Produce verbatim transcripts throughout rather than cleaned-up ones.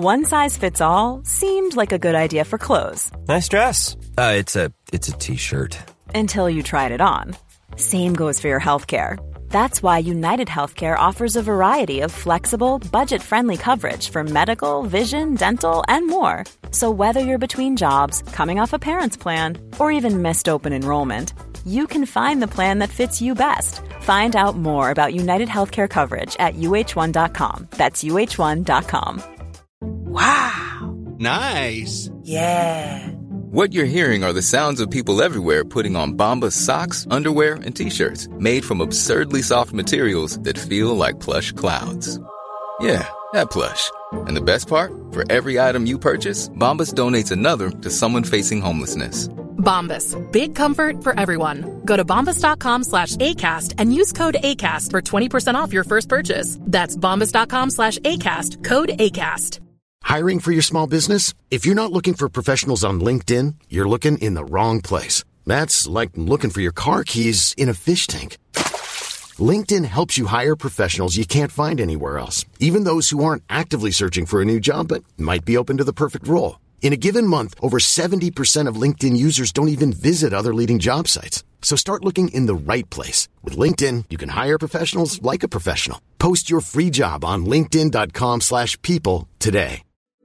One size fits all seemed like a good idea for clothes. Nice dress. Uh, it's a it's a t-shirt. Until you tried it on. Same goes for your healthcare. That's why United Healthcare offers a variety of flexible, budget-friendly coverage for medical, vision, dental, and more. So whether you're between jobs, coming off a parent's plan, or even missed open enrollment, you can find the plan that fits you best. Find out more about United Healthcare coverage at U H one dot com. That's U H one dot com. Wow. Nice. Yeah. What you're hearing are the sounds of people everywhere putting on Bombas socks, underwear, and T-shirts made from absurdly soft materials that feel like plush clouds. Yeah, that plush. And the best part? For every item you purchase, Bombas donates another to someone facing homelessness. Bombas. Big comfort for everyone. Go to bombas.com slash ACAST and use code ACAST for twenty percent off your first purchase. That's bombas.com slash ACAST. Code ACAST. Hiring for your small business? If you're not looking for professionals on LinkedIn, you're looking in the wrong place. That's like looking for your car keys in a fish tank. LinkedIn helps you hire professionals you can't find anywhere else, even those who aren't actively searching for a new job but might be open to the perfect role. In a given month, over seventy percent of LinkedIn users don't even visit other leading job sites. So start looking in the right place. With LinkedIn, you can hire professionals like a professional. Post your free job on linkedin.com slash people today.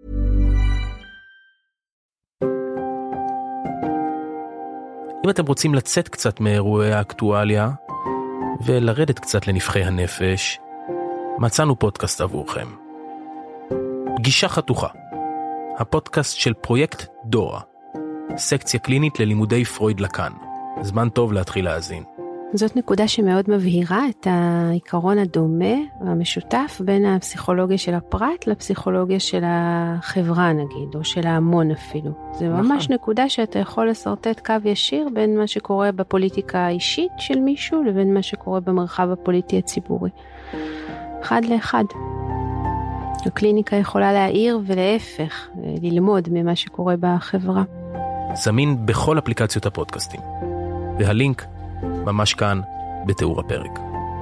אם אתם רוצים לצאת קצת מאירועי האקטואליה ולרדת קצת לנבחי הנפש, מצאנו פודקאסט עבורכם. גישה חתוכה. הפודקאסט של פרויקט דורה. סקציה קלינית ללימודי פרויד לקאן. זמן טוב להתחיל להאזין. זאת נקודה שמאוד מבהירה את העיקרון הדומה והמשותף בין הפסיכולוגיה של הפרט לפסיכולוגיה של החברה נגיד, או של ההמון אפילו. זה ממש נקודה שאתה יכול לסרטט קו ישיר בין מה שקורה בפוליטיקה האישית של מישהו לבין מה שקורה במרחב הפוליטי הציבורי. אחד לאחד. הקליניקה יכולה להעיר ולהפך, ללמוד ממה שקורה בחברה. זמין בכל אפליקציות הפודקאסטים. והלינק ממש כאן בתיאור הפרק.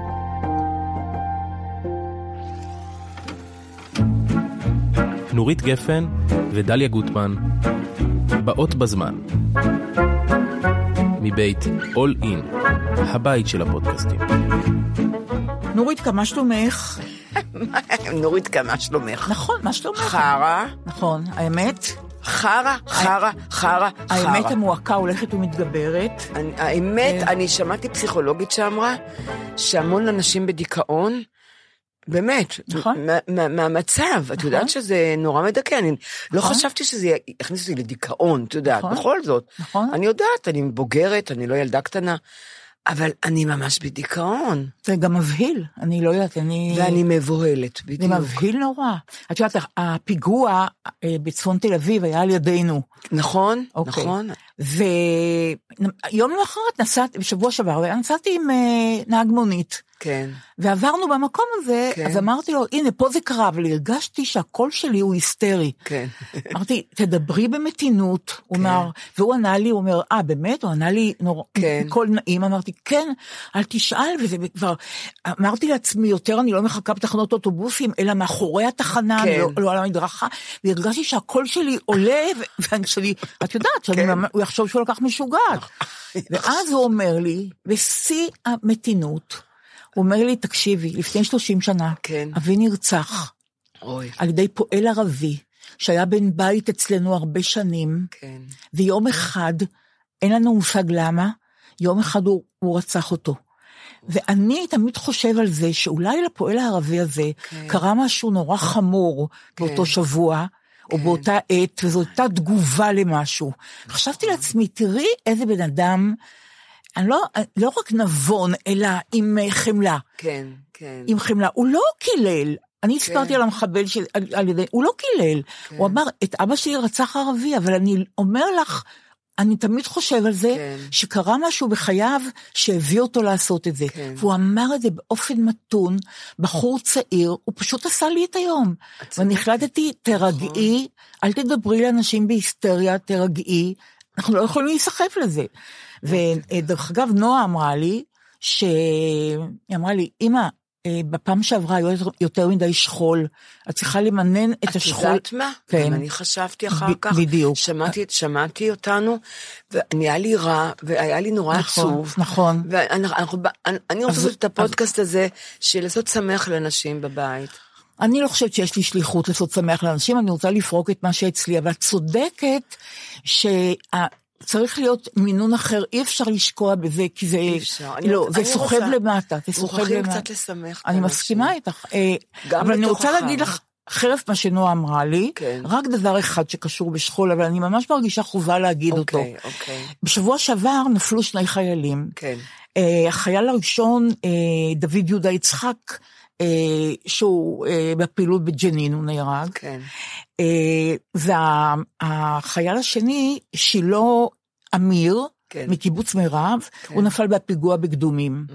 נורית גפן ודליה גוטמן באות בזמן. מבית All In, הבית של הפודקאסטים. נורית, כמה שלומך? נורית, כמה שלומך? נכון, מה שלומך? חרה. נכון, האמת? חרה, חרה, חרה, חרה. האמת המועקה הולכת ומתגברת. האמת, אני שמעתי פסיכולוגית שאמרה שהמון אנשים בדיכאון, באמת, מהמצב, את יודעת שזה נורא מדכא, אני לא חשבתי שזה יכניס אותי לדיכאון, את יודעת, בכל זאת. אני יודעת, אני בוגרת, אני לא ילדה קטנה, אבל אני ממש בדיכאון. זה גם מבהיל, אני לא יודעת, אני... ואני מבוהלת, בדיוק. זה מבהיל נורא. את יודעת, הפיגוע בצפון תל אביב היה על ידינו. נכון, נכון. ויום למחרת נסעתי, בשבוע שעבר, נסעתי עם נהג מונית. כן. ועברנו במקום הזה, כן. אז אמרתי לו, הנה, פה זה קרה, אבל הרגשתי שהקול שלי הוא היסטרי. כן. אמרתי, תדברי במתינות, כן. הוא אומר, והוא ענה לי, הוא אומר, אה, באמת? הוא ענה לי, נור... כן. קול נעים, אמרתי, כן, אל תשאל, וזה כבר, אמרתי לעצמי, יותר אני לא מחכה בתחנות אוטובוסים, אלא מאחורי התחנה, כן. לא, לא על המדרכה, והרגשתי שהקול שלי עולה, ואני שלי, את יודעת, שאני, כן. הוא יחשוב שהוא לקח משוגעת. ואז הוא אומר לי, בשיא המתינות, הוא אומר לי, תקשיבי, לפני שלושים שנה, כן. אבי נרצח, אוי. על ידי פועל ערבי, שהיה בן בית אצלנו הרבה שנים, כן. ויום אחד, אין לנו מושג למה, יום אחד הוא, הוא רצח אותו. ואני תמיד חושב על זה, שאולי לפועל הערבי הזה, כן. קרה משהו נורא חמור, כן. באותו שבוע, או כן. באותה עת, וזו הייתה תגובה למשהו. חשבתי לעצמי, תראי איזה בן אדם, אני לא, לא רק נבון, אלא עם חמלה. כן, כן. עם חמלה. הוא לא קילל. אני הספרתי כן. על המחבל של, על, על ידי, הוא לא קילל. כן. הוא אמר, את אבא שלי רצח ערבי, אבל אני אומר לך, אני תמיד חושב על זה, כן. שקרה משהו בחייו, שהביא אותו לעשות את זה. כן. והוא אמר את זה באופן מתון, בחור צעיר, הוא פשוט עשה לי את היום. ואני החלטתי, תרגעי, אל תדברי לאנשים בהיסטריה, תרגעי, אנחנו לא יכולים להיסחף לזה. ודרך אגב, נועה אמרה לי, שהיא אמרה לי, אמא, בפעם שעברה היו יותר מדי שכול, את צריכה למנן את השכול. את יודעת מה? כן. אני חשבתי אחר כך, בדיוק. שמעתי, שמעתי אותנו, והיה לי רע, והיה לי נורא עצוב. נכון. ואני רוצה לעשות את הפודקאסט הזה, של לעשות שמח לאנשים בבית. אני לא חושבת שיש לי שליחות לעשות שמח לאנשים, אני רוצה לפרוק את מה שאצלי, אבל צודקת שצריך להיות מינון אחר, אי אפשר לשקוע בזה, כי זה, לא, זה סוחב למטה, זה סוחב למטה. מוכרחים קצת לשמח. אני מסכימה איתך, אבל אני רוצה להגיד לך, חרף מה שנועה אמרה לי, רק דבר אחד שקשור בשכול, אבל אני ממש מרגישה חובה להגיד אותו. בשבוע שעבר נפלו שני חיילים. החייל הראשון, דוד יהודה יצחק, שהוא בפעילות בג'נין, הוא נהרג. והחייל השני, שילה אמיר, מקיבוץ מירב, הוא נפל בפיגוע בקדומים.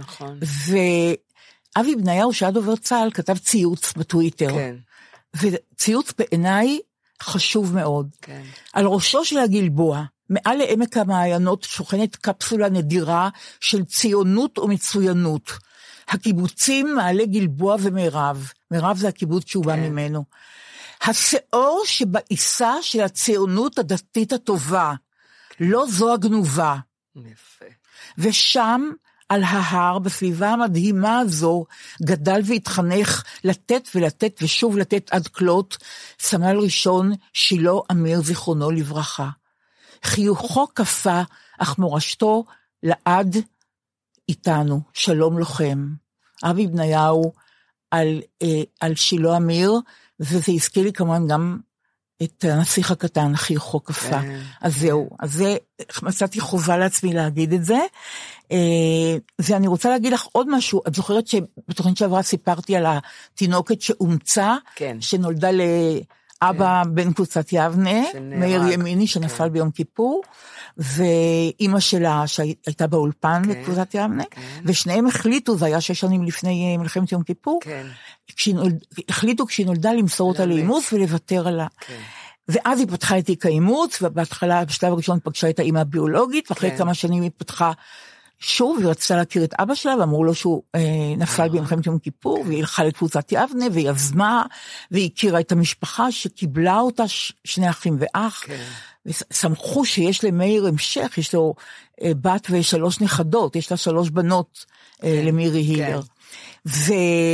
ואבי בניהו, שהיה דובר צה"ל, כתב ציוץ בטוויטר. וציוץ בעיניי חשוב מאוד. על ראשו של הגלבוע, מעל לעמק המעיינות, שוכנת קפסולה נדירה של ציונות ומצוינות. הקיבוצים מעלה גלבוע ומירב, מירב זה הקיבוץ שהוא בא ממנו. השאור שבעיסה של הציונות הדתית הטובה, לא זו הגנובה. יפה. ושם, על ההר, בסביבה המדהימה הזו, גדל והתחנך לתת ולתת ושוב לתת עד כלות, סמל ראשון שילה אמיר זיכרונו לברכה. חיוכו קפה, אך מורשתו לעד איתנו, שלום לוחם. אבי בניהו על, אה, על שילה אמיר, וזה הזכיר לי כמובן גם את הנסיך הקטן, חיוכו קפה. אז זהו, אז זה, מצאתי חובה לעצמי להגיד את זה, אה, ואני רוצה להגיד לך עוד משהו, את זוכרת שבתוכנית שעברה סיפרתי על התינוקת שאומצה, כן. שנולדה לאבא כן. בן קבוצת יבנה, מאיר ימיני שנפל כן. ביום כיפור, ואימא שלה שהייתה באולפן כן, בקבוצת יבנה, כן. ושניהם החליטו, זה היה שש שנים לפני מלחמת יום כיפור, כן. כשנולד, החליטו כשהיא נולדה למסור אותה לאימוץ ולוותר עליה. כן. ואז היא פתחה את תיק האימוץ, ובהתחלה בשלב הראשון פגשה את האימא הביולוגית, ואחרי כן. כמה שנים היא פתחה שוב, והיא רצתה להכיר את אבא שלה, ואמרו לו שהוא אה, נפל במלחמת יום כיפור, והיא הלכה לקבוצת יבנה, והיא יזמה, והיא הכירה את המשפחה שקיבלה אותה ש, שני אחים ואח, כן. ושמחו שיש למאיר המשך, יש לו אה, בת ושלוש נכדות, יש לה שלוש בנות אה, כן. למירי הילר. כן. ו...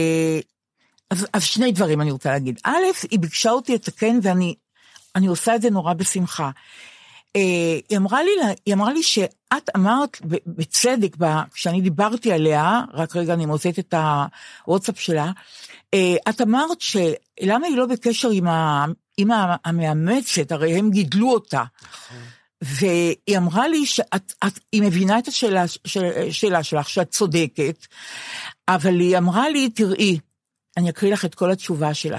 אז, אז שני דברים אני רוצה להגיד. א', היא ביקשה אותי לתקן, ואני אני עושה את זה נורא בשמחה. היא אמרה לי, היא אמרה לי שאת אמרת בצדק, כשאני דיברתי עליה, רק רגע אני מוצאת את הוואטסאפ שלה, את אמרת שלמה היא לא בקשר עם, ה, עם המאמצת, הרי הם גידלו אותה. והיא אמרה לי שאת, את, היא מבינה את השאלה שלה שלך, שאת צודקת, אבל היא אמרה לי, תראי, אני אקריא לך את כל התשובה שלה.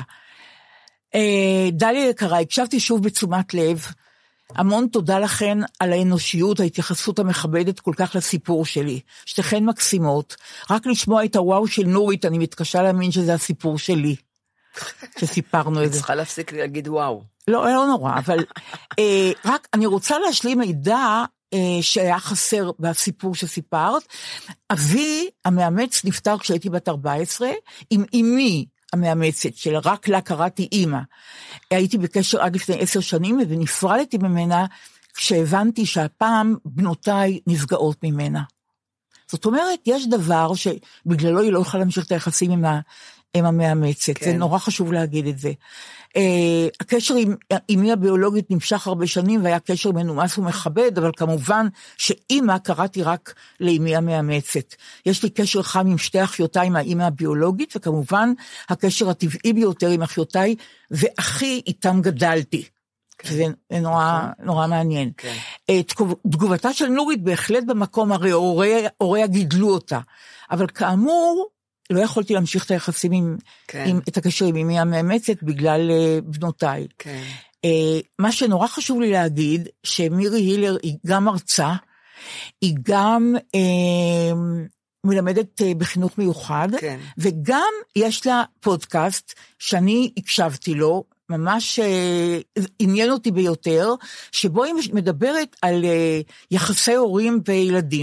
דליה יקרה, הקשבתי שוב בתשומת לב, המון תודה לכן על האנושיות, ההתייחסות המכבדת כל כך לסיפור שלי. שתיכן מקסימות, רק לשמוע את הוואו של נורית, אני מתקשה להאמין שזה הסיפור שלי, שסיפרנו את זה. צריכה להפסיק להגיד וואו. לא, לא נורא, אבל אה, רק אני רוצה להשלים מידע אה, שהיה חסר בסיפור שסיפרת. אבי המאמץ נפטר כשהייתי בת ארבע עשרה, עם אמי, המאמצת שלה, רק לה קראתי אימא. הייתי בקשר עד לפני עשר שנים, ונפרדתי ממנה כשהבנתי שהפעם בנותיי נפגעות ממנה. זאת אומרת, יש דבר שבגללו היא לא יכולה להמשיך את היחסים עם, ה, עם המאמצת. כן. זה נורא חשוב להגיד את זה. Uh, הקשר עם אמי הביולוגית נמשך הרבה שנים, והיה קשר מנומס ומכבד, אבל כמובן שאמא קראתי רק לאמי המאמצת. יש לי קשר חם עם שתי אחיותיי עם האמא הביולוגית, וכמובן הקשר הטבעי ביותר עם אחיותיי, ואחי איתם גדלתי. כן. זה נורא, נורא מעניין. כן. Uh, תגובתה של נורית בהחלט במקום, הרי הוריה גידלו אותה. אבל כאמור, לא יכולתי להמשיך את היחסים עם, כן. עם, את הקשר עם אמי המאמצת בגלל uh, בנותיי. כן. Uh, מה שנורא חשוב לי להגיד, שמירי הילר היא גם מרצה, היא גם uh, מלמדת uh, בחינוך מיוחד, כן. וגם יש לה פודקאסט שאני הקשבתי לו, ממש uh, עניין אותי ביותר, שבו היא מדברת על uh, יחסי הורים וילדים.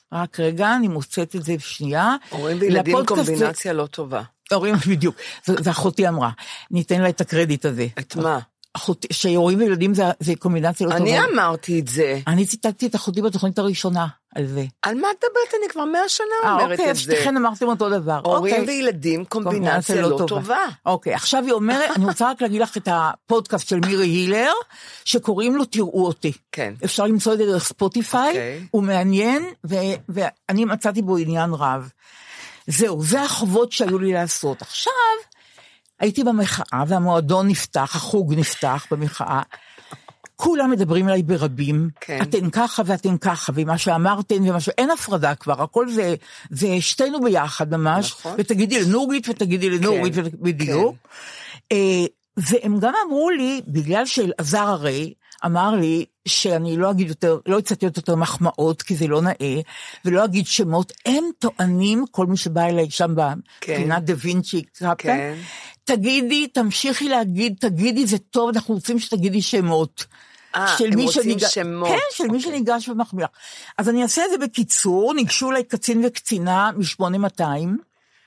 רק רגע, אני מוצאת את זה בשנייה. הורים וילדים קומבינציה לא טובה. הורים, בדיוק, זה אחותי אמרה, ניתן לה את הקרדיט הזה. את מה? שהורים וילדים זה קומבינציה לא טובה. אני אמרתי את זה. אני ציטטתי את אחותי בתוכנית הראשונה על זה. על מה את מדברת? אני כבר מאה שנה אומרת את זה. אוקיי, שתכן אמרתם אותו דבר. הורים וילדים קומבינציה לא טובה. אוקיי, עכשיו היא אומרת, אני רוצה רק להגיד לך את הפודקאסט של מירי הילר, שקוראים לו תראו אותי. כן. אפשר למצוא את זה דרך ספוטיפיי, הוא מעניין, ואני מצאתי בו עניין רב. זהו, זה החובות שהיו לי לעשות. עכשיו, הייתי במחאה, והמועדון נפתח, החוג נפתח במחאה, כולם מדברים עליי ברבים, כן. אתן ככה ואתן ככה, ומה שאמרתן ומה ש... אין הפרדה כבר, הכל זה, זה שתינו ביחד ממש, נכון. ותגידי לנורית ותגידי לנורית, כן. בדיוק. כן. והם גם אמרו לי, בגלל שאלעזר הרי, אמר לי שאני לא אגיד יותר, לא יצאתי יותר מחמאות, כי זה לא נאה, ולא אגיד שמות, הם טוענים, כל מי שבא אליי שם בפינת דה וינצ'י, כן. תגידי, תמשיכי להגיד, תגידי, זה טוב, אנחנו רוצים שתגידי שמות. אה, הם רוצים שניג... שמות. כן, של מי שניגש ומחמיא. אז אני אעשה את זה בקיצור, ניגשו לי קצין וקצינה מ-שמונה מאתיים,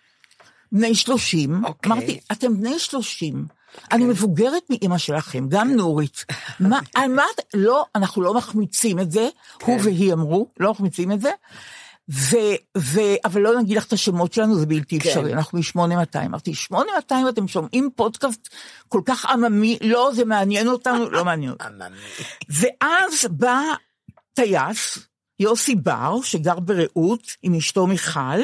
בני שלושים, אוקיי. אמרתי, אתם בני שלושים, אני מבוגרת מאמא שלכם, גם נורית. מה, על מה, לא, אנחנו לא מחמיצים את זה, הוא והיא אמרו, לא מחמיצים את זה, ו, ו, אבל לא נגיד לך את השמות שלנו, זה בלתי אפשרי, אנחנו מ-שמונה מאתיים, אמרתי, שמונה מאתיים אתם שומעים פודקאסט כל כך עממי, לא, זה מעניין אותנו, לא מעניין אותנו. ואז בא טייס, יוסי בר, שגר ברעות, עם אשתו מיכל,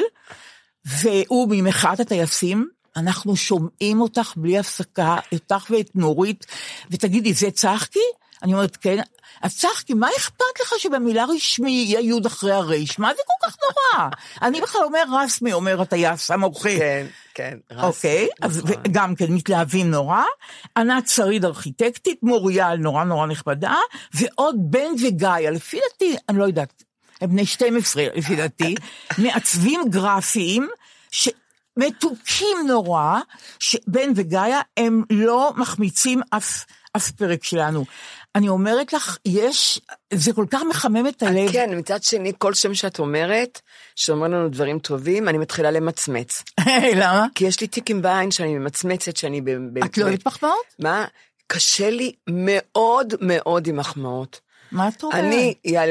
והוא ממחאת הטייסים, אנחנו שומעים אותך בלי הפסקה, אותך ואת נורית, ותגידי, זה צחקי? אני אומרת, כן. אז צחקי, מה אכפת לך שבמילה רשמי יהיה יוד אחרי הרש? מה זה כל כך נורא? אני בכלל אומר רסמי, אומר הטייס המורחה. כן, כן, רסמי. אוקיי, אז גם כן מתלהבים נורא. ענת שריד ארכיטקטית, מוריאל נורא נורא נכבדה, ועוד בן וגיא, לפי דעתי, אני לא יודעת, הם בני שתים עשרה, לפי דעתי, מעצבים גרפיים, ש... מתוקים נורא, שבן וגאיה הם לא מחמיצים אף, אף פרק שלנו. אני אומרת לך, יש, זה כל כך מחמם את הלב. כן, מצד שני, כל שם שאת אומרת, שאומר לנו דברים טובים, אני מתחילה למצמץ. למה? כי יש לי טיקים בעין שאני ממצמצת, שאני... את לא אוהבת מחמאות? מה? קשה לי מאוד מאוד עם מחמאות. מה את אומרת? אני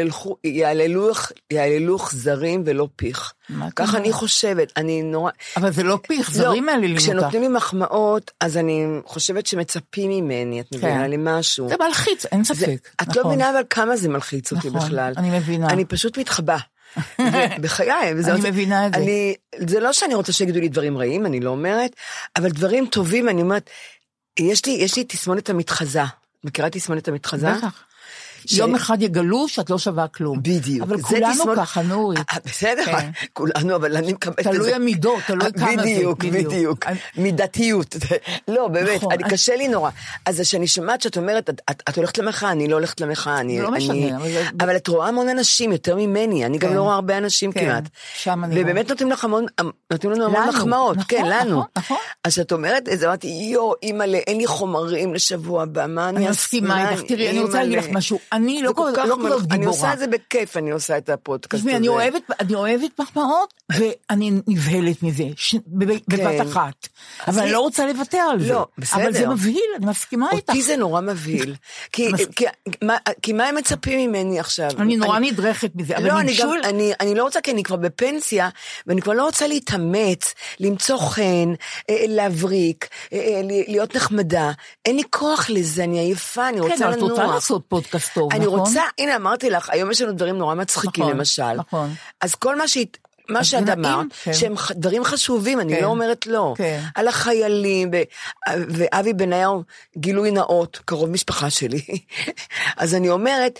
יעללוך זרים ולא פיך. כך אני חושבת, אני נורא... אבל זה לא פיך, זרים מעללים אותך. כשנותנים לי מחמאות, אז אני חושבת שמצפים ממני, את מבינה לי משהו. זה מלחיץ, אין ספק. את לא מבינה אבל כמה זה מלחיץ אותי בכלל. אני מבינה. אני פשוט מתחבא. בחיי. אני מבינה את זה. זה לא שאני רוצה שיגידו לי דברים רעים, אני לא אומרת, אבל דברים טובים, אני אומרת, יש לי תסמונת המתחזה. מכירה תסמונת המתחזה? בטח. יום אחד יגלו שאת לא שווה כלום. בדיוק. אבל כולנו ככה, נורית. בסדר, כולנו, אבל אני מקבלת את זה. תלוי המידות, תלוי כמה זה. בדיוק, בדיוק. מידתיות. לא, באמת, קשה לי נורא. אז כשאני שומעת שאת אומרת, את הולכת למחאה, אני לא הולכת למחאה. לא משנה. אבל את רואה המון אנשים, יותר ממני, אני גם לא רואה הרבה אנשים כמעט. ובאמת נותנים לנו המון מחמאות. כן, לנו. אז שאת אומרת, אז אמרתי, יו, אימא'לה, אין לי חומרים לשבוע הבא, מה אני מסכימה איתך? תראי, אני רוצה להגיד לך משהו. אני לא כל כך גיבורה. אני עושה את זה בכיף, אני עושה את הפודקאסט הזה. אני אוהבת מחמאות, ואני נבהלת מזה, בבת אחת. אבל אני לא רוצה לוותר על זה. לא, בסדר. אבל זה מבהיל, אני מסכימה איתך. אותי זה נורא מבהיל. כי מה הם מצפים ממני עכשיו? אני נורא נדרכת מזה. לא, אני לא רוצה, כי אני כבר בפנסיה, ואני כבר לא רוצה להתאמץ, למצוא חן, להבריק, להיות נחמדה. אין לי כוח לזה, אני עייפה, אני רוצה לנוח. כן, את רוצה לעשות פודקאסט טוב, אני רוצה, הנה אמרתי לך, היום יש לנו דברים נורא מצחיקים למשל. נכון. אז כל מה שהיא... מה שאת אמרת, שהם דברים חשובים, אני לא אומרת לא. על החיילים, ואבי בניהו, גילוי נאות, קרוב משפחה שלי. אז אני אומרת,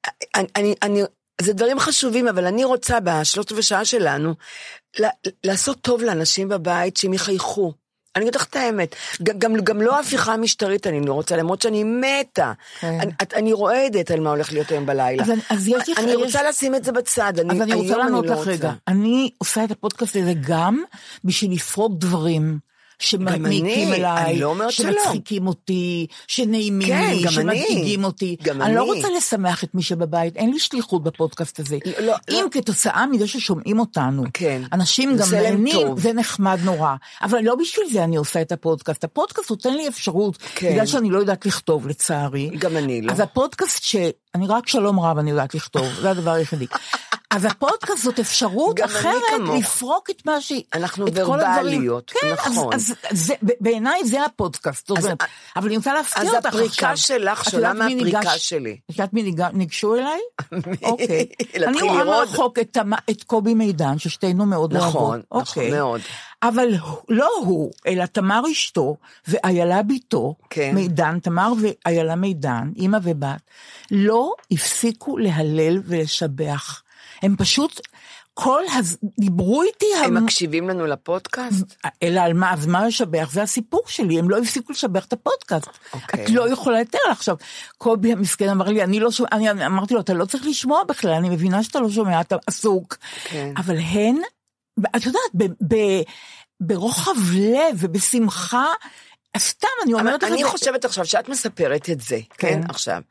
זה דברים חשובים, אבל אני רוצה בשלושת ושעה שלנו, לעשות טוב לאנשים בבית, שהם יחייכו. אני אגיד לך את האמת, גם, גם לא הפיכה משטרית אני לא רוצה, למרות שאני מתה, אני, אני רועדת על מה הולך להיות היום בלילה, אז, אז יש, אני יש, רוצה לשים את זה בצד, אני, אז אני רוצה לענות אני לא לך רוצה. רגע, אני עושה את הפודקאסט הזה גם בשביל לפרוק דברים, שמעמיקים אליי, לא שמצחיקים אותי, שנעימים כן, לי, שמדאיגים אותי. גם אני לא אני. רוצה לשמח את מי שבבית, אין לי שליחות בפודקאסט הזה. לא, אם לא. כתוצאה מזה ששומעים אותנו, כן. אנשים גם זה להם נהנים, טוב. זה נחמד נורא. אבל לא בשביל זה אני עושה את הפודקאסט. הפודקאסט נותן לי אפשרות, כן. בגלל שאני לא יודעת לכתוב לצערי. גם אני לא. אז הפודקאסט ש... אני רק שלום רב, אני יודעת לכתוב, זה הדבר היחידי. אז הפודקאסט זאת אפשרות אחרת לפרוק את מה שהיא... אנחנו ורבליות, כן, נכון. אז, אז זה, בעיניי זה הפודקאסט. אז, אבל אני רוצה להפתיע אותך עכשיו. אז הפריקה שלך שונה מהפריקה שלי. את יודעת מי ניגשו אליי? אוקיי. אני להתחיל רואה לראות. מרחוק את, את קובי מידן, ששתינו מאוד אוהבות. נכון, נכון, אוקיי. מאוד. אבל לא הוא, אלא תמר אשתו ואיילה ביתו, כן. מידן, תמר ואיילה מידן, אמא ובת, לא הפסיקו להלל ולשבח. הם פשוט, כל הז... דיברו איתי... הם המ... מקשיבים לנו לפודקאסט? אלא על מה, אז מה לשבח? זה הסיפור שלי, הם לא הפסיקו לשבח את הפודקאסט. אוקיי. את לא יכולה לתאר לך עכשיו. קובי המסכן אמר לי, אני לא שומע, אני אמרתי לו, אתה לא צריך לשמוע בכלל, אני מבינה שאתה לא שומע, אתה עסוק. כן. אבל הן, את יודעת, ב... ב... ברוחב לב ובשמחה, סתם אני אומרת... אני חושבת עכשיו שאת מספרת את זה, כן, עכשיו.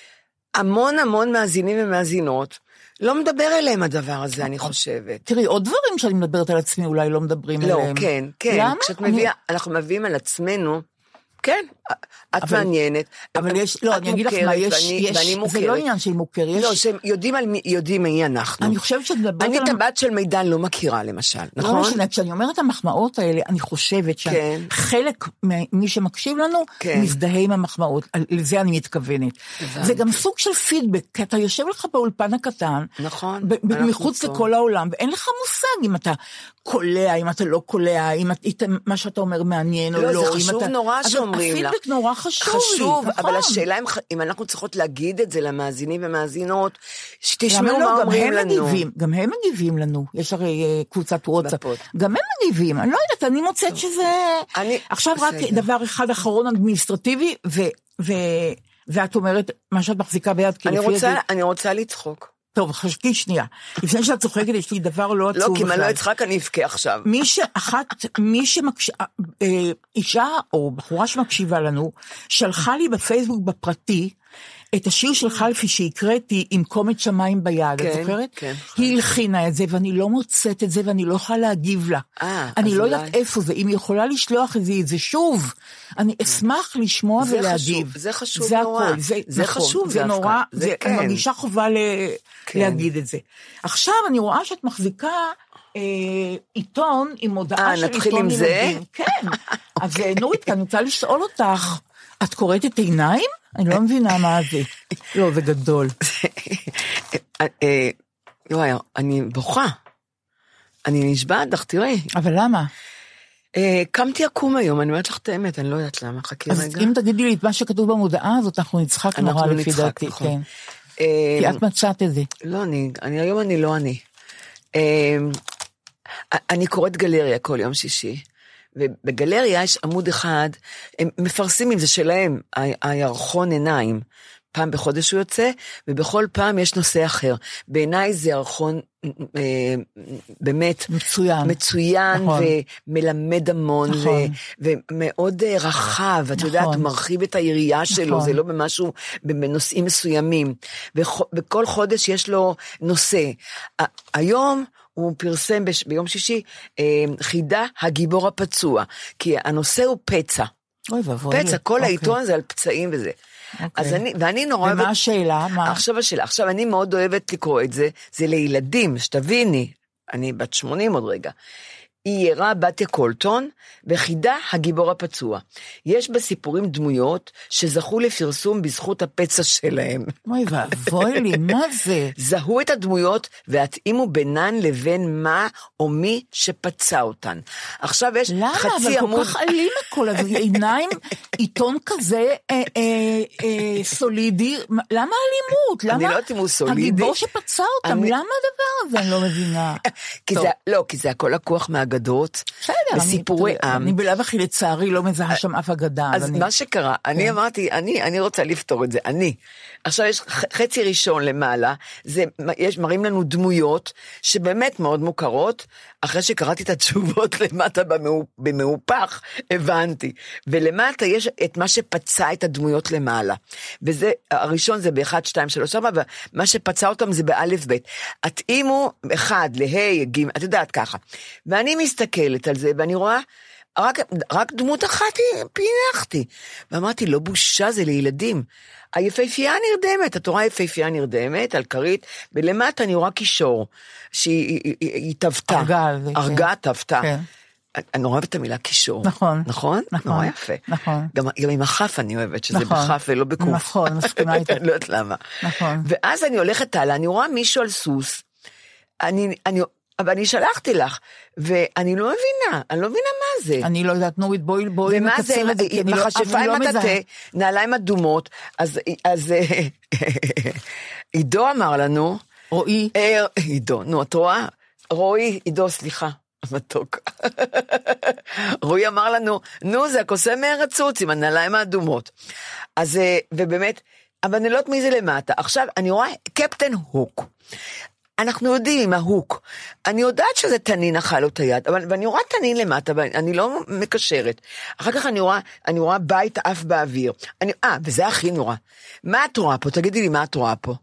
המון המון מאזינים ומאזינות, לא מדבר אליהם הדבר הזה, אני חושבת. תראי, עוד דברים שאני מדברת על עצמי, אולי לא מדברים אליהם. לא, כן, כן. כשאת מביאה, אנחנו מביאים על עצמנו, כן, את מעניינת. אבל יש, לא, אני אגיד לך מה, יש, זה לא עניין שהיא מוכר, יש... לא, שיודעים מי אנחנו. אני חושבת שאת מדברת... אני את הבת של מידן לא מכירה, למשל, נכון? לא משנה, כשאני אומרת המחמאות האלה, אני חושבת שחלק ממי שמקשיב לנו, מזדהה עם המחמאות, לזה אני מתכוונת. זה גם סוג של פידבק, כי אתה יושב לך באולפן הקטן, נכון. מחוץ לכל העולם, ואין לך מושג אם אתה קולע, אם אתה לא קולע, אם מה שאתה אומר מעניין או לא. לא, זה חשוב נורא שאומרים לך. הפידבק נורא חשוב לי. חשוב, אבל השאלה אם אנחנו צריכות להגיד את זה למאזינים ומאזינות, שתשמעו מה אומרים לנו. גם הם מגיבים לנו, יש הרי קבוצת וואטסאפ, גם הם מגיבים, אני לא יודעת, אני מוצאת שזה... עכשיו רק דבר אחד אחרון אדמיניסטרטיבי, ואת אומרת, מה שאת מחזיקה ביד, אני רוצה לצחוק. טוב, חשקי שנייה. לפני שאת צוחקת, יש לי דבר לא עצוב. לא, כי מה לא אצחק, אני אבכה עכשיו. מי שאחת, מי שמקשיבה, אישה או בחורה שמקשיבה לנו, שלחה לי בפייסבוק בפרטי, את השיר של חלפי שהקראתי עם קומץ שמיים ביד, את זוכרת? כן. היא הלחינה את זה, ואני לא מוצאת את זה, ואני לא יכולה להגיב לה. אני לא יודעת איפה זה, אם היא יכולה לשלוח את זה שוב, אני אשמח לשמוע ולהגיב. זה חשוב נורא. זה חשוב, זה נורא, אני מרגישה חובה להגיד את זה. עכשיו אני רואה שאת מחזיקה עיתון עם מודעה של עיתון ילדים. כן. אז נורית, אני רוצה לשאול אותך, את קוראת את עיניים? אני לא מבינה מה זה. לא, זה גדול. יואי, אני בוכה. אני נשבעת לך, תראי. אבל למה? קמתי עקום היום, אני אומרת לך את האמת, אני לא יודעת למה, חכי רגע. אז אם תגידי לי את מה שכתוב במודעה הזאת, אנחנו נצחק נורא לפי דעתי. כי את מצאת את זה. לא, אני, היום אני לא אני. אני קוראת גלריה כל יום שישי. ובגלריה יש עמוד אחד, הם מפרסמים, זה שלהם, הירחון עיניים, פעם בחודש הוא יוצא, ובכל פעם יש נושא אחר. בעיניי זה ירחון אה, באמת מצוין, מצוין נכון. ומלמד המון, נכון. ו, ומאוד רחב, את נכון. יודעת, הוא מרחיב את היריעה שלו, נכון. זה לא במשהו, בנושאים מסוימים, ובכל חודש יש לו נושא. היום, הוא פרסם בש... ביום שישי, אה, חידה הגיבור הפצוע, כי הנושא הוא פצע. אוי ובואי. פצע, כל אוקיי. העיתון זה על פצעים וזה. אוקיי. אז אני, ואני נורא ומה אוהבת... השאלה? מה? עכשיו השאלה, עכשיו אני מאוד אוהבת לקרוא את זה, זה לילדים, שתביני, אני בת שמונים עוד רגע. היא ירה בתיה קולטון, וחידה הגיבור הפצוע. יש בסיפורים דמויות שזכו לפרסום בזכות הפצע שלהם. אוי ואבוי לי, מה זה? זהו את הדמויות והתאימו בינן לבין מה או מי שפצע אותן. עכשיו יש למה? חצי עמוד... למה? אבל כל כך עלים הכל, אז עיניים, עיתון כזה אה, אה, אה, סולידי, למה אלימות? למה... אני לא יודעת אם הוא סולידי. הגיבור שפצע אותם, אני... למה הדבר הזה? אני לא מבינה. כי זה, לא, כי זה הכל לקוח מהגמרא. אגדות, וסיפורי עם. אני בלב הכי לצערי לא מזהה שם אף אגדה. אז מה שקרה, אני אמרתי, אני, אני רוצה לפתור את זה, אני. עכשיו יש חצי ראשון למעלה, זה, יש, מראים לנו דמויות שבאמת מאוד מוכרות, אחרי שקראתי את התשובות למטה במהופך, הבנתי. ולמטה יש את מה שפצע את הדמויות למעלה. וזה, הראשון זה באחד, שתיים, שלוש, ארבע, ומה שפצע אותם זה באלף בית. התאימו אחד להי, ג', את יודעת ככה. ואני מסתכלת על זה, ואני רואה, רק, רק דמות אחת פינחתי. ואמרתי, לא בושה, זה לילדים. היפהפייה נרדמת, את רואה יפהפייה נרדמת, על כרית, ולמטה אני רואה קישור, שהיא טבתה. ארגה. ארגה, טבתה. כן. אני אוהבת את המילה קישור. נכון. נכון? נכון. נורא יפה. נכון. גם, גם עם החף אני אוהבת, שזה נכון. בחף ולא בקוף. נכון, מסכימה איתה. לא יודעת למה. נכון. ואז אני הולכת הלאה, אני רואה מישהו על סוס, אני, אני, אבל אני שלחתי לך, ואני לא מבינה, אני לא מבינה מה זה. אני לא יודעת, נורית, בואי, בואי נקצר את זה, כי אני לא, מכשפה עם הטאטה, נעליים אדומות, אז, אז, עידו אמר לנו, רועי, עידו, נו, את רואה? רועי, עידו, סליחה. מתוק. רועי אמר לנו, נו, זה הקוסם מהרצוץ עם הנעליים האדומות. אז, ובאמת, אבל אני לא יודעת מי זה למטה. עכשיו, אני רואה קפטן הוק. אנחנו יודעים עם ההוק. אני יודעת שזה תנין אכל אותה יד, אבל, ואני רואה תנין למטה, ואני לא מקשרת. אחר כך אני רואה, אני רואה בית אף באוויר. אני, אה, וזה הכי נורא. מה את רואה פה? תגידי לי מה את רואה פה.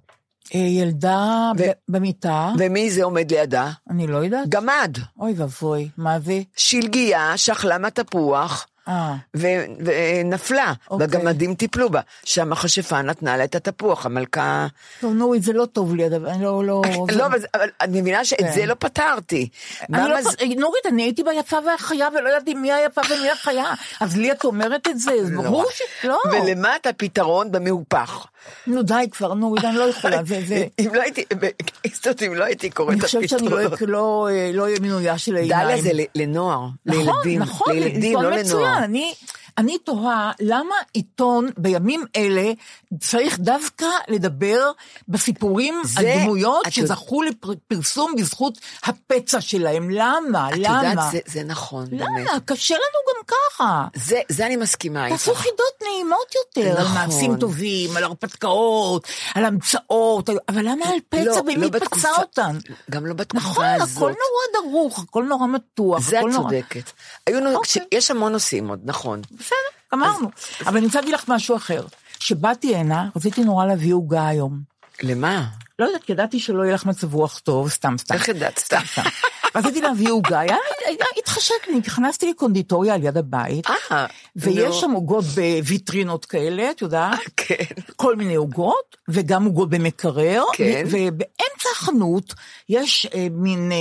ילדה ו- במיטה. ומי זה עומד לידה? אני לא יודעת. גמד. אוי ובוי, מה זה? שלגיה, שחלה מהתפוח, ו- ונפלה, אוקיי. והגמדים טיפלו בה, שהמכשפה נתנה לה את התפוח, המלכה... טוב, נורית, זה לא טוב לי, אני לא... לא, לא זה... אבל, אבל אני מבינה שאת כן. זה לא פתרתי. אני לא, מז... נורית, אני הייתי ביפה והחיה, ולא ידעתי מי היפה ומי החיה, אז לי את אומרת את זה, זה ברור ש... לא. ולמטה פתרון במהופך. נו די כבר, נורית, אני לא יכולה, זה... זה... אם לא הייתי, אם לא הייתי קוראת את הפתרון. אני חושבת שאני לא אהיה מנויה של העיניים. דליה זה לנוער, לילדים, נכון, לילדים, לא לנוער. אני... אני תוהה למה עיתון בימים אלה צריך דווקא לדבר בסיפורים על דמויות שזכו לפרסום בזכות הפצע שלהם. למה? את למה? יודעת, זה, זה נכון. למה? באמת. קשה לנו גם ככה. זה, זה אני מסכימה איתך. תעשו חידות נעימות יותר, נכון. על מעשים טובים, על הרפתקאות, על המצאות, אבל למה על פצע לא, ומי לא פצע בתקופה, אותן? גם לא בתקופה נכון, הזאת. הכל נורא דרוך, הכל נורא מתוח. זה את נורא... צודקת. היו, okay. אוקיי. יש המון נושאים עוד, נכון. בסדר, אמרנו. אז... אבל אני רוצה להגיד לך משהו אחר. שבאתי הנה, רציתי נורא להביא עוגה היום. למה? לא יודעת, ידעתי שלא יהיה לך מצב רוח טוב, סתם, סתם. איך ידעת, סתם. רציתי להביא עוגה, התחשק לי, נכנסתי לקונדיטוריה על יד הבית, ויש שם עוגות בוויטרינות כאלה, את יודעת? כן. כל מיני עוגות, וגם עוגות במקרר, כן. ובאמצע החנות יש מין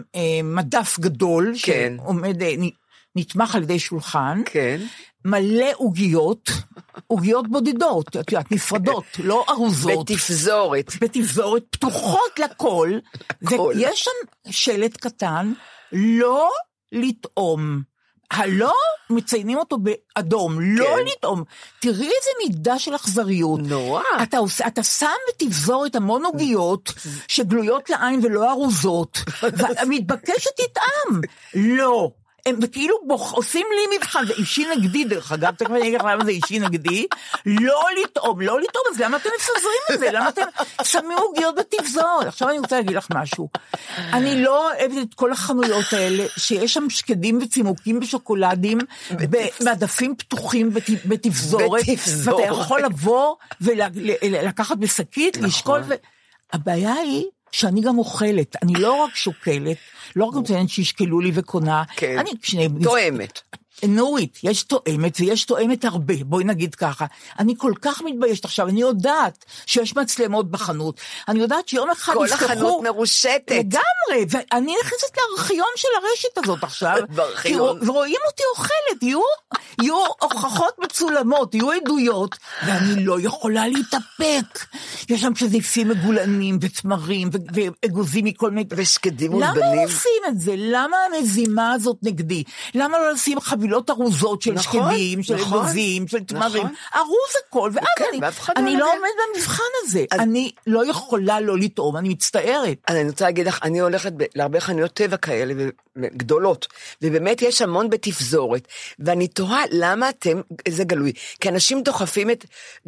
מדף גדול, שעומד, נתמך על ידי שולחן, כן. מלא עוגיות, עוגיות בודדות, את יודעת, נפרדות, לא ארוזות. בתפזורת. בתפזורת, פתוחות לכל, ויש שם שלט קטן, לא לטעום. הלא מציינים אותו באדום, כן. לא לטעום. תראי איזה מידה של אכזריות. נורא. אתה, עושה, אתה שם בתפזורת המון עוגיות, שגלויות לעין ולא ארוזות, ומתבקש שתטעם. לא. הם כאילו בוח, עושים לי מבחן, זה אישי נגדי דרך אגב, תכף אני אגיד לך למה זה אישי נגדי, לא לטעום, לא לטעום, אז למה אתם מפזרים את זה? למה אתם שמים עוגיות בתפזורת? עכשיו אני רוצה להגיד לך משהו, אני לא אוהבת את כל החנויות האלה, שיש שם שקדים וצימוקים בשוקולדים, במדפים פתוחים בתפזורת, ואתה יכול לבוא ולקחת בשקית, לשקול, הבעיה היא, שאני גם אוכלת, אני לא רק שוקלת, לא רק מציינת שישקלו לי וקונה, כן, אני, כשני, תואמת. נורית, יש תואמת, ויש תואמת הרבה, בואי נגיד ככה, אני כל כך מתביישת עכשיו, אני יודעת שיש מצלמות בחנות, אני יודעת שיום אחד כל יפתחו, החנות מרושתת. לגמרי, ואני נכנסת לארכיון של הרשת הזאת עכשיו, בארכיון. ורואים אותי אוכלת, יהיו, יהיו הוכחות מצולמות, יהיו עדויות, ואני לא יכולה להתאפק, יש שם שזיפים מגולנים, וצמרים, ואגוזים מכל מיני, ושקדים מולבנים. למה עושים את זה? למה המזימה הזאת נגדי? למה לא לשים חבילות חבילות ארוזות של שקדים, של אגוזים, של תמרים, ארוז הכל, ואז אני לא עומד במבחן הזה, אני לא יכולה לא לטעום, אני מצטערת. אני רוצה להגיד לך, אני הולכת להרבה חנויות טבע כאלה, גדולות, ובאמת יש המון בתפזורת, ואני תוהה למה אתם, זה גלוי, כי אנשים דוחפים את...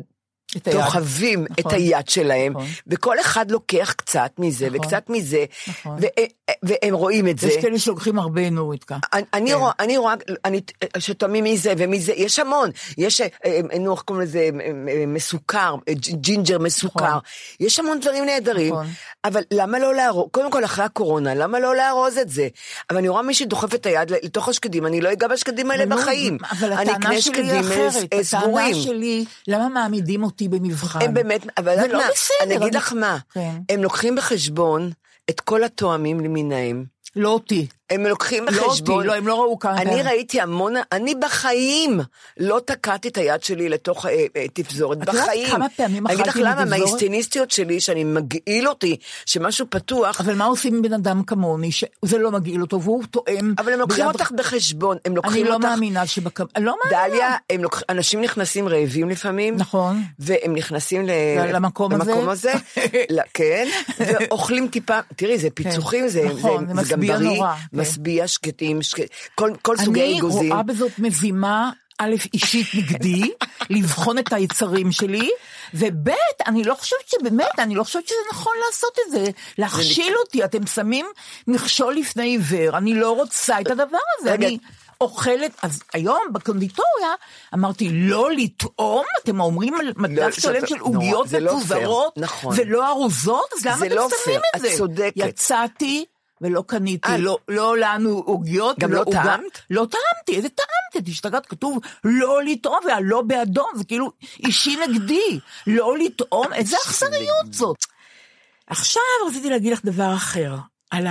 דוחבים את היד שלהם, וכל אחד לוקח קצת מזה וקצת מזה, והם רואים את זה. יש כאלה שלוקחים הרבה נוריתקה. אני רואה, שתאמים מזה ומזה, יש המון, יש, נוח קוראים לזה מסוכר, ג'ינג'ר מסוכר, יש המון דברים נהדרים, אבל למה לא להרוז, קודם כל אחרי הקורונה, למה לא להרוז את זה? אבל אני רואה מי שדוחף את היד לתוך השקדים, אני לא אגע בשקדים האלה בחיים. אבל הטענה שלי היא אחרת, הטענה שלי, למה מעמידים אותי במבחן? הם באמת, אבל לא בסדר. אני אגיד לך מה, הם לוקחים בחשבון את כל התואמים למיניהם. לא אותי. הם לוקחים בחשבון. לא אותי, לא, הם לא ראו כאן. אני ראיתי המון, אני בחיים לא תקעתי את היד שלי לתוך תפזורת, בחיים. כמה פעמים אכלתי מתפזורת? אני אגיד לך למה, מההיסטניסטיות שלי, שאני מגעיל אותי, שמשהו פתוח. אבל מה עושים בן אדם כמוני, שזה לא מגעיל אותו, והוא טועם. אבל הם לוקחים אותך בחשבון, הם לוקחים אותך. אני לא מאמינה שבקם, לא מאמינה. דליה, אנשים נכנסים רעבים לפעמים. נכון. והם נכנסים למקום הזה. כן, ואוכלים טיפה, תראי, זה פיצוחים, זה גם בריא. מסביע, שקטים, כל סוגי אגוזים. אני רואה בזאת מזימה, א', אישית נגדי, לבחון את היצרים שלי, וב', אני לא חושבת שבאמת, אני לא חושבת שזה נכון לעשות את זה, להכשיל אותי, אתם שמים מכשול לפני עיוור, אני לא רוצה את הדבר הזה, אני אוכלת, אז היום בקונדיטוריה, אמרתי, לא לטעום, אתם אומרים על מדף שלם של עוגיות מפוזרות, ולא ארוזות, אז למה אתם שמים את זה? יצאתי, ולא קניתי, לא, לא לנו עוגיות. גם לא טעמת? לא טעמתי, איזה טעמתי? תשתגעת, כתוב לא לטעום, והלא באדום, זה כאילו אישי נגדי, לא לטעום, איזה אכזריות זאת. עכשיו רציתי להגיד לך דבר אחר, על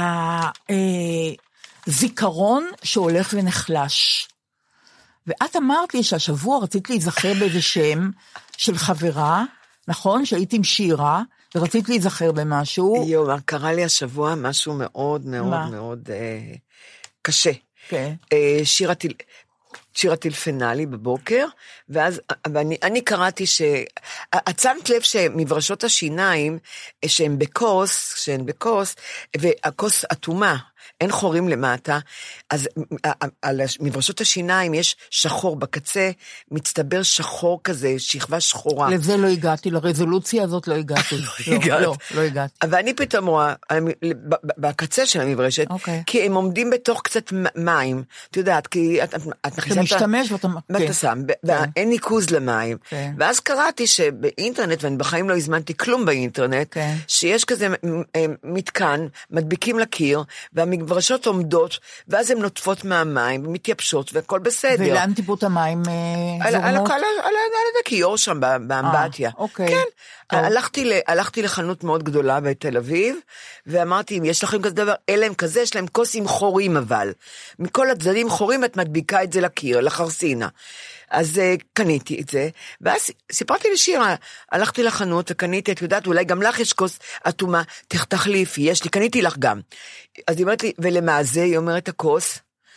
הזיכרון שהולך ונחלש. ואת אמרת לי שהשבוע רצית להיזכר באיזה שם של חברה, נכון? שהייתי עם שירה, ורצית להיזכר במשהו. יו, קרה לי השבוע משהו מאוד מאוד מה? מאוד אה, קשה. כן. אה, שירה, טיל, שירה טלפנה לי בבוקר, ואז ואני, אני קראתי ש... את שמת לב שמברשות השיניים, שהן בקוס, שהן בקוס, והקוס אטומה, אין חורים למטה, אז על מברשות השיניים יש שחור בקצה, מצטבר שחור כזה, שכבה שחורה. לזה לא הגעתי, לרזולוציה הזאת לא הגעתי. לא הגעת. לא, לא הגעתי. אבל אני פתאום רואה, בקצה של המברשת, כי הם עומדים בתוך קצת מים, את יודעת, כי את אתה משתמש ואתה... ואתה שם, ואין ניקוז למים. ואז קראתי שבאינטרנט, ואני בחיים לא הזמנתי כלום באינטרנט, שיש כזה מתקן, מדביקים לקיר, והמברשות עומדות, ואז הן נוטפות מהמים, ומתייבשות, והכל בסדר. ולאן טיפות המים זורמות? על הכיור שם, באמבטיה. כן. הלכתי לחנות מאוד גדולה בתל אביב, ואמרתי, אם יש לכם כזה דבר, אלה הם כזה, יש להם כוס עם חורים אבל. מכל הצדדים חורים, את מדביקה את זה לקיר, לחרסינה. אז קניתי את זה, ואז סיפרתי לשירה, הלכתי לחנות וקניתי, את יודעת, אולי גם לך יש כוס אטומה, תחליפי, יש לי, קניתי לך גם. אז היא אומרת לי, ולמה זה, היא אומרת הכוס,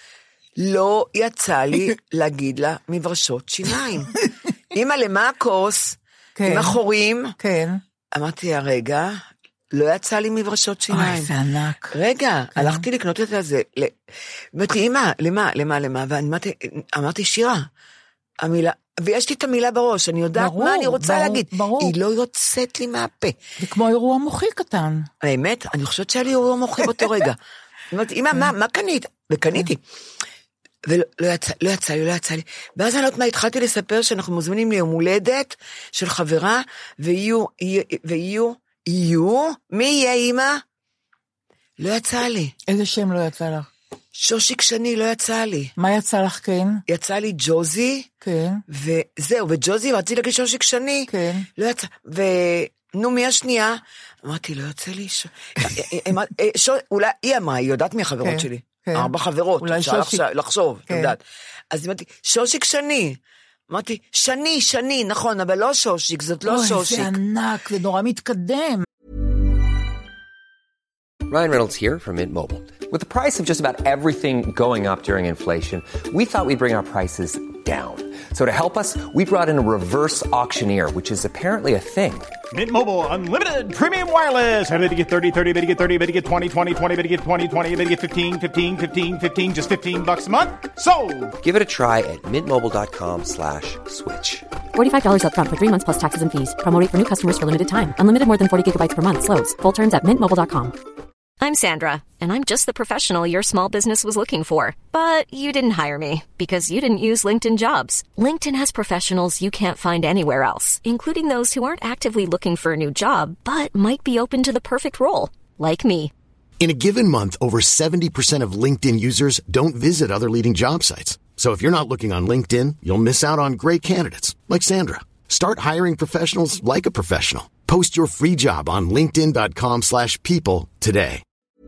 לא יצא לי להגיד לה מברשות שיניים. אמא, למה הכוס? עם החורים? כן. אמרתי, הרגע, לא יצא לי מברשות שיניים. אוי, זה ענק. רגע, הלכתי לקנות את זה, אמרתי, אמא, למה, למה, למה, ואמרתי, שירה, המילה, ויש לי את המילה בראש, אני יודעת ברור, מה אני רוצה ברור, להגיד, ברור. היא לא יוצאת לי מהפה. זה כמו אירוע מוחי קטן. האמת, אני חושבת שהיה לי אירוע מוחי באותו רגע. אמרתי, אמא, מה, מה קנית? וקניתי. ולא יצא, לא יצא לי, לא יצא לי. ואז אני לא יודעת מה, התחלתי לספר שאנחנו מוזמנים ליום הולדת של חברה, ויהיו, ויהיו, יהיו, מי יהיה אמא? לא יצא לי. איזה שם לא יצא לך? שושיק שני לא יצא לי. מה יצא לך, כן? יצא לי ג'וזי. כן. וזהו, וג'וזי, רציתי להגיד שושיק שני. כן. לא יצא, ונו, מי השנייה? אמרתי, לא יצא לי, אולי היא אמרה, היא יודעת מי החברות שלי. ארבע חברות, אפשר לחשוב, את יודעת. אז אמרתי, שושיק שני. אמרתי, שני, שני, נכון, אבל לא שושיק, זאת לא שושיק. אוי, זה ענק, זה נורא מתקדם. Ryan Reynolds here from Mint Mobile. With the price of just about everything going up during inflation, we thought we'd bring our prices down. So to help us, we brought in a reverse auctioneer, which is apparently a thing. Mint Mobile Unlimited Premium Wireless. How to get thirty, thirty, how to get thirty, how to get twenty, twenty, twenty, how to get twenty, twenty, how to get fifteen, fifteen, fifteen, fifteen, just fifteen bucks a month? Sold! Give it a try at mintmobile.com slash switch. forty-five dollars up front for three months plus taxes and fees. Promo rate for new customers for limited time. Unlimited more than forty gigabytes per month. Slows full terms at mint mobile dot com. I'm Sandra, and I'm just the professional your small business was looking for. But you didn't hire me because you didn't use LinkedIn Jobs. LinkedIn has professionals you can't find anywhere else, including those who aren't actively looking for a new job, but might be open to the perfect role, like me. In a given month, over seventy percent of LinkedIn users don't visit other leading job sites. So if you're not looking on LinkedIn, you'll miss out on great candidates like Sandra. Start hiring professionals like a professional. Post your free job on linkedin dot com slash people today.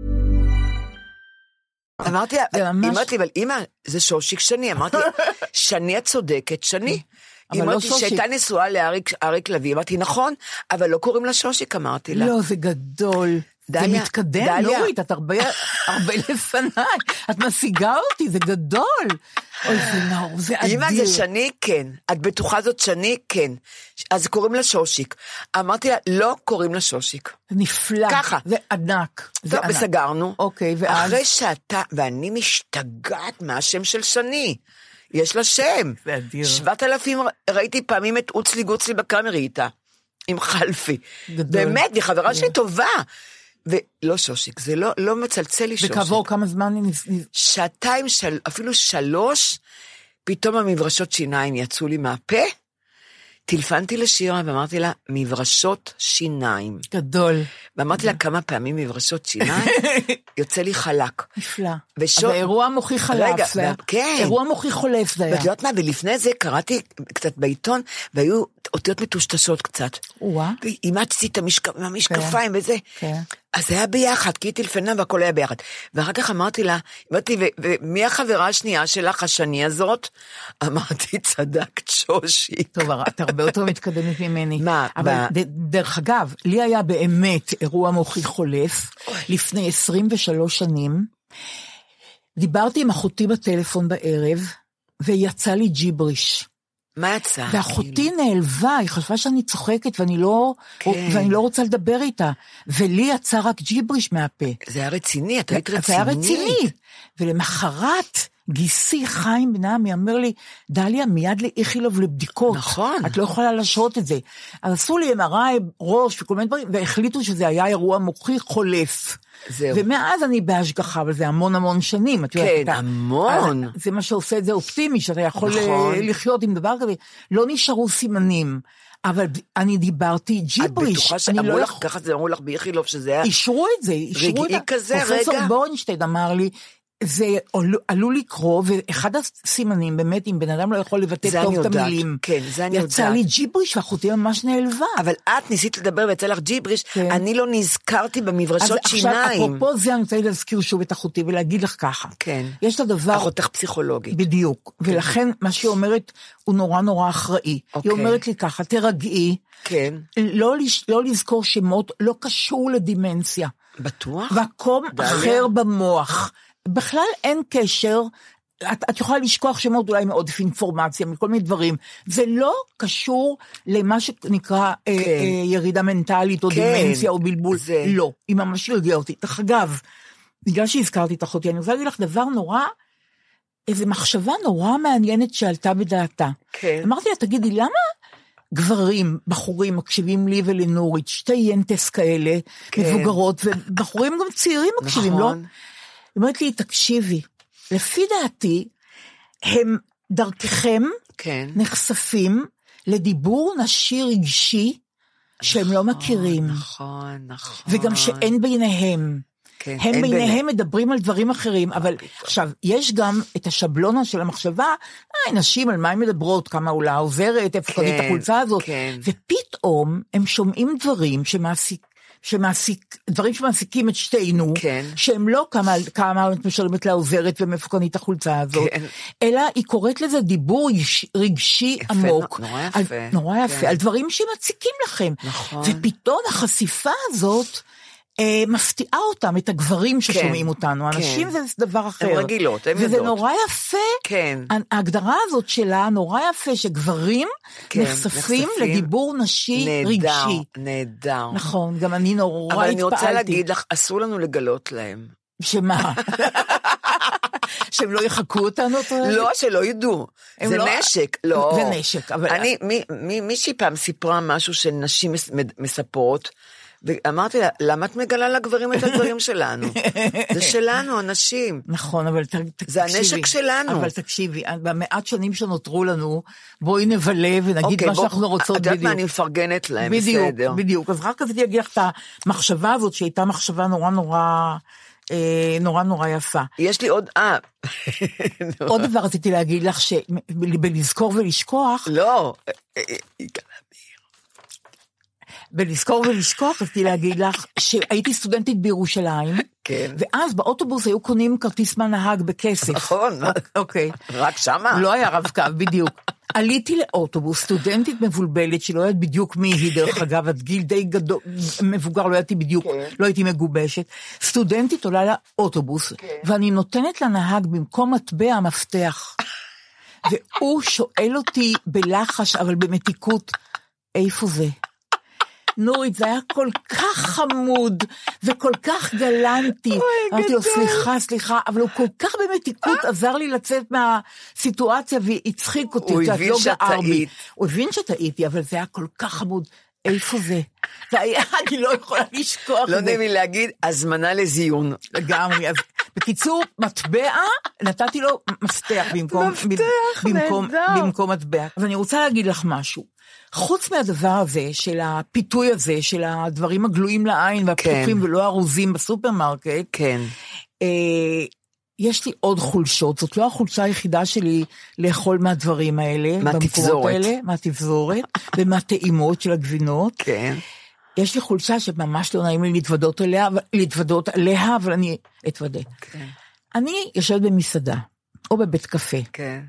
אמרתי, אמרתי, אבל אמא, זה שושיק שני, אמרתי, שני את צודקת, שני. אמרתי שהייתה נשואה לאריק לוי, אמרתי, נכון, אבל לא קוראים לה שושיק, אמרתי לה. לא, זה גדול. זה מתקדם, נורית, את הרבה לפניי, את משיגה אותי, זה גדול. אוי, זה נור, זה אדיר. אמא, זה שני, כן. את בטוחה זאת שני, כן. אז קוראים לה שושיק. אמרתי לה, לא קוראים לה שושיק. נפלא. ככה. זה ענק. טוב, וסגרנו. אוקיי, ואז? אחרי שאתה, ואני משתגעת מהשם של שני. יש לה שם. זה אדיר. שבעת אלפים ראיתי פעמים את אוצלי גוצלי בקאמרי איתה. עם חלפי. גדול. באמת, היא חברה שלי טובה. ולא שושיק, זה לא, לא מצלצל לי שושיק. וכעבור כמה זמן? שעתיים, של, אפילו שלוש, פתאום המברשות שיניים יצאו לי מהפה, טלפנתי לשירה ואמרתי לה, מברשות שיניים. גדול. ואמרתי לה כמה פעמים מברשות שיניים, יוצא לי חלק. נפלא. ושו... אבל אירוע מוחי חלף. רגע, זה... כן. אירוע מוחי חולף זה היה. ואת יודעת מה, ולפני זה קראתי קצת בעיתון, והיו אותיות מטושטשות קצת. וואה. ואימצתי את המשק... המשקפיים וזה. כן. אז זה היה ביחד, כי היא טלפנה והכל היה ביחד. ואחר כך אמרתי לה, אמרתי, ומי החברה השנייה שלך, השני הזאת? אמרתי, צדקת שושי. טוב, את הרבה יותר מתקדמת ממני. מה? אבל דרך אגב, לי היה באמת אירוע מוחי חולף, לפני עשרים ושלוש שנים, דיברתי עם אחותי בטלפון בערב, ויצא לי ג'יבריש. מה יצא? ואחותי נעלבה, היא חשבה שאני צוחקת, ואני לא, כן. ואני לא רוצה לדבר איתה. ולי יצא רק ג'יבריש מהפה. זה היה רציני, אתה היית רציני. זה היה רציני. ולמחרת, גיסי חיים בנעמי אמר לי, דליה, מיד לאיכילוב לבדיקות. נכון. את לא יכולה לשרות את זה. אז עשו לי אם אר איי ראש וכל מיני דברים, והחליטו שזה היה אירוע מוחי חולף. זהו. ומאז אני בהשגחה, אבל זה המון המון שנים. כן, יודעת, המון. אז, זה מה שעושה את זה אופטימי, שאתה יכול נכון. לחיות עם דבר כזה. לא נשארו סימנים. אבל אני דיברתי ג'יבריש. את בטוחה שאמרו לך, ככה זה אמרו לך באיכילוב, שזה היה... אישרו את זה, אישרו את זה. רגעי כזה, רגע. פרופסור בורנשטיין אמר לי, זה עלול לקרוא, ואחד הסימנים, באמת, אם בן אדם לא יכול לבטא טוב את המילים, כן, זה אני יודעת. יצא לי ג'יבריש, ואחותי ממש נעלבה. אבל את ניסית לדבר ויצא לך ג'יבריש, כן. אני לא נזכרתי במברשות אז שיניים. עכשיו, אפרופו זה, אני רוצה להזכיר שוב את אחותי, ולהגיד לך ככה. כן. יש את הדבר... אחותך פסיכולוגית. בדיוק. כן. ולכן, מה שהיא אומרת, הוא נורא נורא אחראי. אוקיי. היא אומרת לי ככה, תרגעי. כן. לא, לא לזכור שמות, לא קשור לדימנציה. בטוח? והקום אחר במוח. בכלל אין קשר, את, את יכולה לשכוח שמות אולי מעודף אינפורמציה, מכל מיני דברים, זה לא קשור למה שנקרא כן. אה, אה, ירידה מנטלית, או כן. דימנציה, או בלבול, זה. לא, היא ממש הרגיעה אותי. דרך אגב, בגלל שהזכרתי את אחותי, אני רוצה להגיד לך דבר נורא, איזו מחשבה נורא מעניינת שעלתה בדעתה. כן. אמרתי לה, תגידי, למה גברים, בחורים, מקשיבים לי ולנורית, שתי ינטס כאלה, כן. מבוגרות, ובחורים גם צעירים מקשיבים, נכון. לא? היא אומרת לי, תקשיבי, לפי דעתי, הם דרככם כן. נחשפים לדיבור נשי רגשי, שהם לא מכירים. נכון, נכון. וגם שאין ביניהם. כן, הם ביניהם מדברים על דברים אחרים, אבל עכשיו, יש גם את השבלונה של המחשבה, אה, נשים, על מה הן מדברות, כמה עולה עוזרת, איפה קנית את החולצה הזאת, ופתאום הם שומעים דברים שמעסיק, שמעסיק, דברים שמעסיקים את שתינו, כן. שהם לא כמה, כמה את משלמת לעוזרת ומפוקנית החולצה הזאת, כן. אלא היא קוראת לזה דיבור רגשי יפה, עמוק. נורא יפה. על, נורא יפה, כן. על דברים שמציקים לכם. נכון. ופתאום החשיפה הזאת, אה, מפתיעה אותם, את הגברים ששומעים כן, אותנו. אנשים כן. זה דבר אחר. הן רגילות, הן יודעות. וזה נורא יפה, כן. ההגדרה הזאת שלה נורא יפה, שגברים כן, נחשפים, נחשפים לדיבור נשי נהדר, רגשי. נהדר. נכון, גם אני נורא התפעלתי. אבל אני רוצה להגיד לך, אסור לנו לגלות להם. שמה? שהם לא יחכו אותנו? לא, שלא ידעו. זה לא... נשק. לא. זה נשק. אבל... אני, מי, מי, מישהי פעם סיפרה משהו שנשים מספרות, ואמרתי לה, למה את מגלה לגברים את הדברים שלנו? זה שלנו, אנשים. נכון, אבל ת, תקשיבי. זה הנשק שלנו. אבל תקשיבי, במעט שנים שנותרו לנו, בואי נבלה ונגיד אוקיי, מה בוא, שאנחנו רוצות בדיוק. את יודעת מה, אני מפרגנת להם, בדיוק, בסדר. בדיוק, אז רק רציתי להגיד לך את המחשבה הזאת, שהייתה מחשבה נורא נורא, אה, נורא נורא יפה. יש לי עוד, אה. עוד דבר רציתי להגיד לך, שבלזכור ולשכוח. לא, בלזכור ולשכוח, רציתי להגיד לך, שהייתי סטודנטית בירושלים, כן. ואז באוטובוס היו קונים כרטיס מהנהג בכסף. נכון. אוקיי. רק שמה. לא היה רב קו, בדיוק. עליתי לאוטובוס, סטודנטית מבולבלת, שלא יודעת בדיוק מי היא, דרך אגב, עד גיל די גדול, מבוגר, לא ידעתי בדיוק, לא הייתי מגובשת. סטודנטית עולה לאוטובוס, ואני נותנת לנהג במקום מטבע המפתח. והוא שואל אותי בלחש, אבל במתיקות, איפה זה? נורית, זה היה כל כך חמוד, וכל כך גלנטי. אמרתי לו, סליחה, סליחה, אבל הוא כל כך במתיקות עזר לי לצאת מהסיטואציה, והצחיק אותי. הוא הבין שטעית. הוא הבין שטעיתי, אבל זה היה כל כך חמוד. איפה זה? זה היה, אני לא יכולה לשכוח. לא נעים לי להגיד, הזמנה לזיון. לגמרי, אז בקיצור, מטבע, נתתי לו מפתח במקום, במקום, במקום מטבע. אז אני רוצה להגיד לך משהו. חוץ מהדבר הזה, של הפיתוי הזה, של הדברים הגלויים לעין, והפתוחים כן. ולא ארוזים בסופרמרקט, כן. אה, יש לי עוד חולשות, זאת לא החולשה היחידה שלי לאכול מהדברים האלה, מהתפזורת. האלה, מהתפזורת, ומהטעימות של הגבינות. כן. יש לי חולשה שממש לא נעים לי להתוודות עליה, להתוודות עליה, אבל אני אתוודה. כן. אני יושבת במסעדה, או בבית קפה. כן.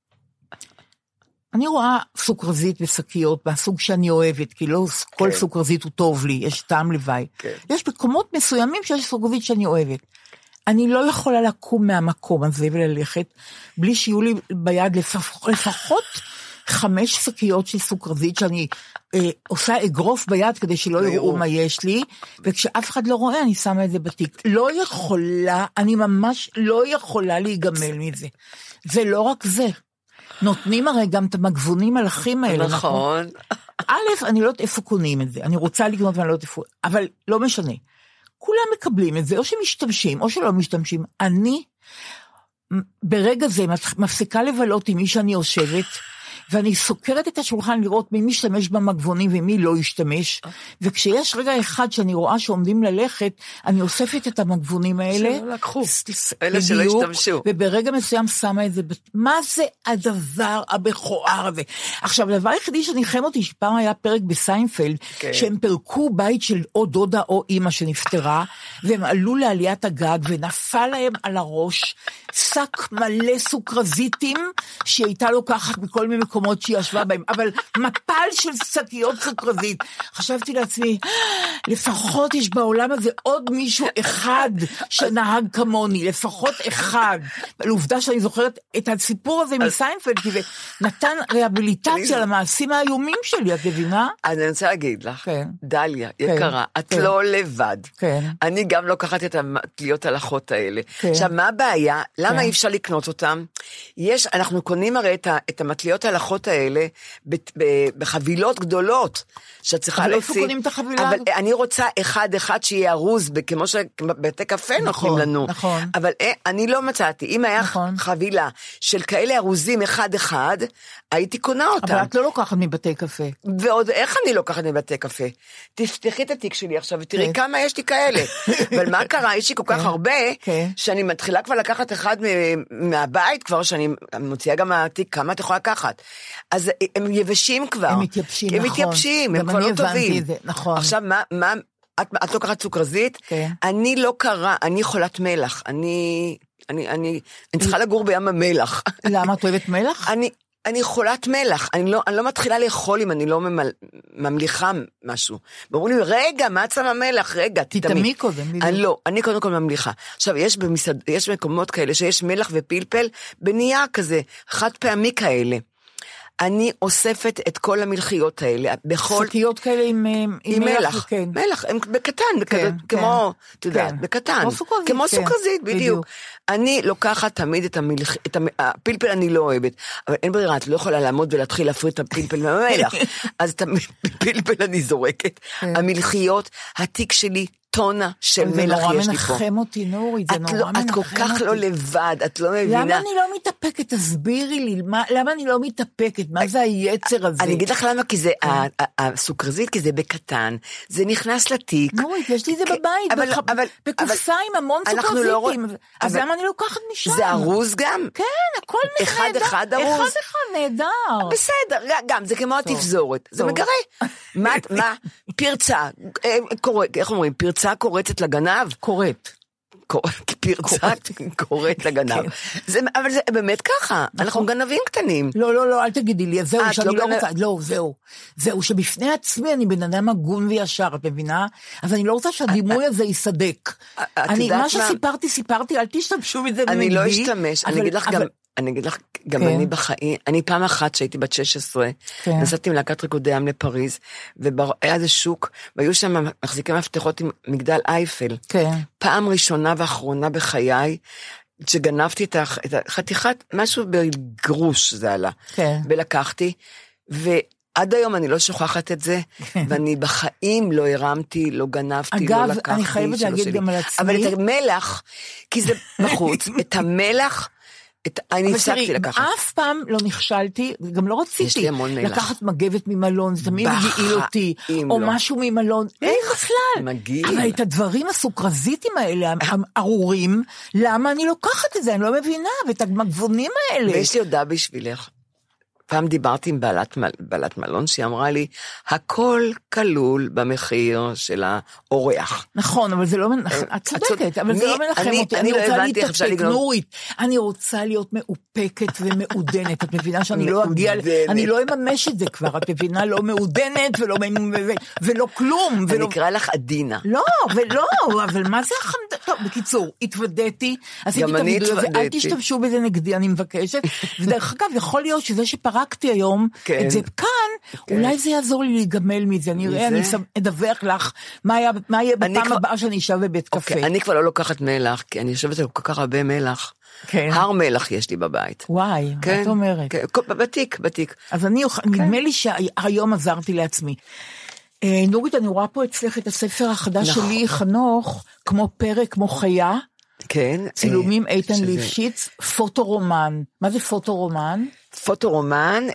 אני רואה סוכרזית ושקיות, מהסוג שאני אוהבת, כי לא כן. כל סוכרזית הוא טוב לי, יש טעם לוואי. כן. יש מקומות מסוימים שיש סוכרזית שאני אוהבת. אני לא יכולה לקום מהמקום הזה וללכת, בלי שיהיו לי ביד לפח, לפחות חמש שקיות של סוכרזית, שאני אה, עושה אגרוף ביד, כדי שלא לא יראו מה יש לי, וכשאף אחד לא רואה, אני שמה את זה בתיק. לא יכולה, אני ממש לא יכולה להיגמל מזה. זה לא רק זה. נותנים הרי גם את המגבונים הלכים האלה. נכון. א', אני לא יודעת איפה קונים את זה, אני רוצה לקנות ואני לא יודעת איפה, אבל לא משנה. כולם מקבלים את זה, או שמשתמשים, או שלא משתמשים. אני, ברגע זה, מפסיקה לבלות עם מי שאני יושבת, ואני סוקרת את השולחן לראות מי משתמש במגבונים ומי לא ישתמש, וכשיש רגע אחד שאני רואה שעומדים ללכת, אני אוספת את המגבונים האלה. שלא לקחו, אלה שלא השתמשו. וברגע מסוים שמה את זה, מה זה הדבר הבכוער הזה? עכשיו, הדבר היחידי שניחם אותי, שפעם היה פרק בסיינפלד, שהם פרקו בית של או דודה או אמא שנפטרה, והם עלו לעליית הגג, ונפל להם על הראש, שק מלא סוכרזיתים, שהיא הייתה לוקחת מכל מיני מקומות שהיא ישבה בהם, אבל מפל של שקיות סוכרזית. חשבתי לעצמי, לפחות יש בעולם הזה עוד מישהו אחד שנהג כמוני, לפחות אחד. לעובדה שאני זוכרת את הסיפור הזה מסיינפלד, כי זה נתן ריאביליטציה למעשים האיומים שלי, את מבינה? אני רוצה להגיד לך, דליה, יקרה, את לא לבד. אני גם לוקחת את המטליות הלכות האלה. עכשיו, מה הבעיה? למה אי אפשר לקנות אותם? יש, אנחנו קונים הרי את המטליות הלכות האלה בחבילות גדולות, שאת צריכה להוציא. אבל איפה קונים את החבילה? אבל אני רוצה אחד אחד שיהיה ארוז, כמו שבתי קפה נותנים לנו. נכון. אבל אני לא מצאתי, אם היה חבילה של כאלה ארוזים אחד אחד, הייתי קונה אותם. אבל את לא לוקחת מבתי קפה. ועוד איך אני לוקחת מבתי קפה? תפתחי את התיק שלי עכשיו ותראי כמה יש לי כאלה. אבל מה קרה? יש לי כל כך הרבה, שאני מתחילה כבר לקחת אחד מהבית, כבר שאני מוציאה גם מהתיק, כמה את יכולה לקחת. אז הם יבשים כבר. הם מתייבשים, נכון. הם מתייבשים, הם כבר לא טובים. נכון. עכשיו, מה, מה, את, את לוקחת סוכרזית? כן. אני לא קרה, אני חולת מלח. אני, אני, אני, אני צריכה לגור בים המלח. למה את אוהבת מלח? אני, אני חולת מלח, אני לא, אני לא מתחילה לאכול אם אני לא ממל, ממליחה משהו. ואומרים לי, רגע, מה צם המלח? רגע, תתעמי קודם. אני לא, אני קודם כל ממליחה. עכשיו, יש במסעד, יש מקומות כאלה שיש מלח ופלפל, בנייר כזה, חד פעמי כאלה. אני אוספת את כל המלחיות האלה, בכל... שקיות כאלה עם, עם, עם מלח, מלח, כן. מלח, הם בקטן, כן, כמו, כן. אתה יודע, כן. בקטן. כמו סוכרזית, כמו כן. סוכרזית, בדיוק. בדיוק. אני לוקחת תמיד את המלח... את המ... הפלפל אני לא אוהבת, אבל אין ברירה, את לא יכולה לעמוד ולהתחיל להפריד את הפלפל מהמלח. אז את הפלפל אני זורקת. כן. המלחיות, התיק שלי, טונה של מלח יש לי פה. זה נורא מנחם אותי, נורית, זה נורא מנחם אותי. את כל כך לא לבד, את לא מבינה. למה אני לא מתאפקת? תסבירי לי, למה אני לא מתאפקת? מה זה היצר הזה? אני אגיד לך למה, כי זה הסוכרזית, כי זה בקטן, זה נכנס לתיק. נורית, יש לי את זה בבית, בקופסה עם המון סוכרזיתים, אז למה אני לוקחת משם? זה ארוז גם? כן, הכל נהדר. אחד אחד ארוז? אחד אחד נהדר. בסדר, גם, זה כמו התפזורת, זה מגרה. מה, פרצה, איך אומרים, פרצה קורצת לגנב? קוראת. פרצה קוראת לגנב. אבל זה באמת ככה, אנחנו גנבים קטנים. לא, לא, לא, אל תגידי לי, זהו, שאני לא רוצה, לא, זהו. זהו, שבפני עצמי אני בן אדם הגון וישר, את מבינה? אז אני לא רוצה שהדימוי הזה יסדק. מה שסיפרתי, סיפרתי, אל תשתמשו מזה נגדי. אני לא אשתמש, אני אגיד לך גם... אני אגיד לך, גם כן. אני בחיים, אני פעם אחת שהייתי בת שש עשרה, כן. נסעתי עם להקת ריקודי עם לפריז, והיה איזה שוק, והיו שם מחזיקי מפתחות עם מגדל אייפל. כן. פעם ראשונה ואחרונה בחיי, שגנבתי את החתיכת, משהו בגרוש זה עלה. כן. ולקחתי, ועד היום אני לא שוכחת את זה, כן. ואני בחיים לא הרמתי, לא גנבתי, אגב, לא לקחתי. אגב, אני חייבת להגיד גם על עצמי. אבל את המלח, כי זה בחוץ, את המלח, אני הפסקתי לקחת. אף פעם לא נכשלתי, גם לא רציתי לקחת מגבת ממלון, זה תמיד גאיל אותי, או משהו ממלון, אין בכלל. אבל את הדברים הסוכרזיתים האלה, הארורים, למה אני לוקחת את זה? אני לא מבינה, ואת המגבונים האלה. ויש לי הודעה בשבילך. פעם דיברתי עם בעלת, בעלת מלון, שהיא אמרה לי, הכל כלול במחיר של האורח. נכון, אבל זה לא מנחם, את צודקת, אבל זה לא מנחם אותי. אני רוצה להתאפק, נורית, אני רוצה להיות מאופקת ומעודנת, את מבינה שאני לא אגיע, אני לא אממש את זה כבר, את מבינה, לא מעודנת ולא כלום. אני אקרא לך עדינה. לא, ולא, אבל מה זה החמדה? טוב, בקיצור, התוודעתי, עשיתי את הוידאו הזה, אל תשתמשו בזה נגדי, אני מבקשת, ודרך אגב, יכול להיות שזה שפרקתי היום את זה כאן, אולי זה יעזור לי להיגמל מזה, אני אראה, אני אדווח לך מה יהיה בפעם הבאה שאני אשב בבית קפה. אני כבר לא לוקחת מלח, כי אני יושבת על כל כך הרבה מלח, הר מלח יש לי בבית. וואי, מה את אומרת? בתיק, בתיק. אז אני, נדמה לי שהיום עזרתי לעצמי. נורית, אני רואה פה אצלך את הספר החדש שלי, חנוך, כמו פרק, כמו חיה, כן. צילומים איתן ליפשיץ, פוטו-רומן. מה זה פוטו-רומן? פוטו-רומן,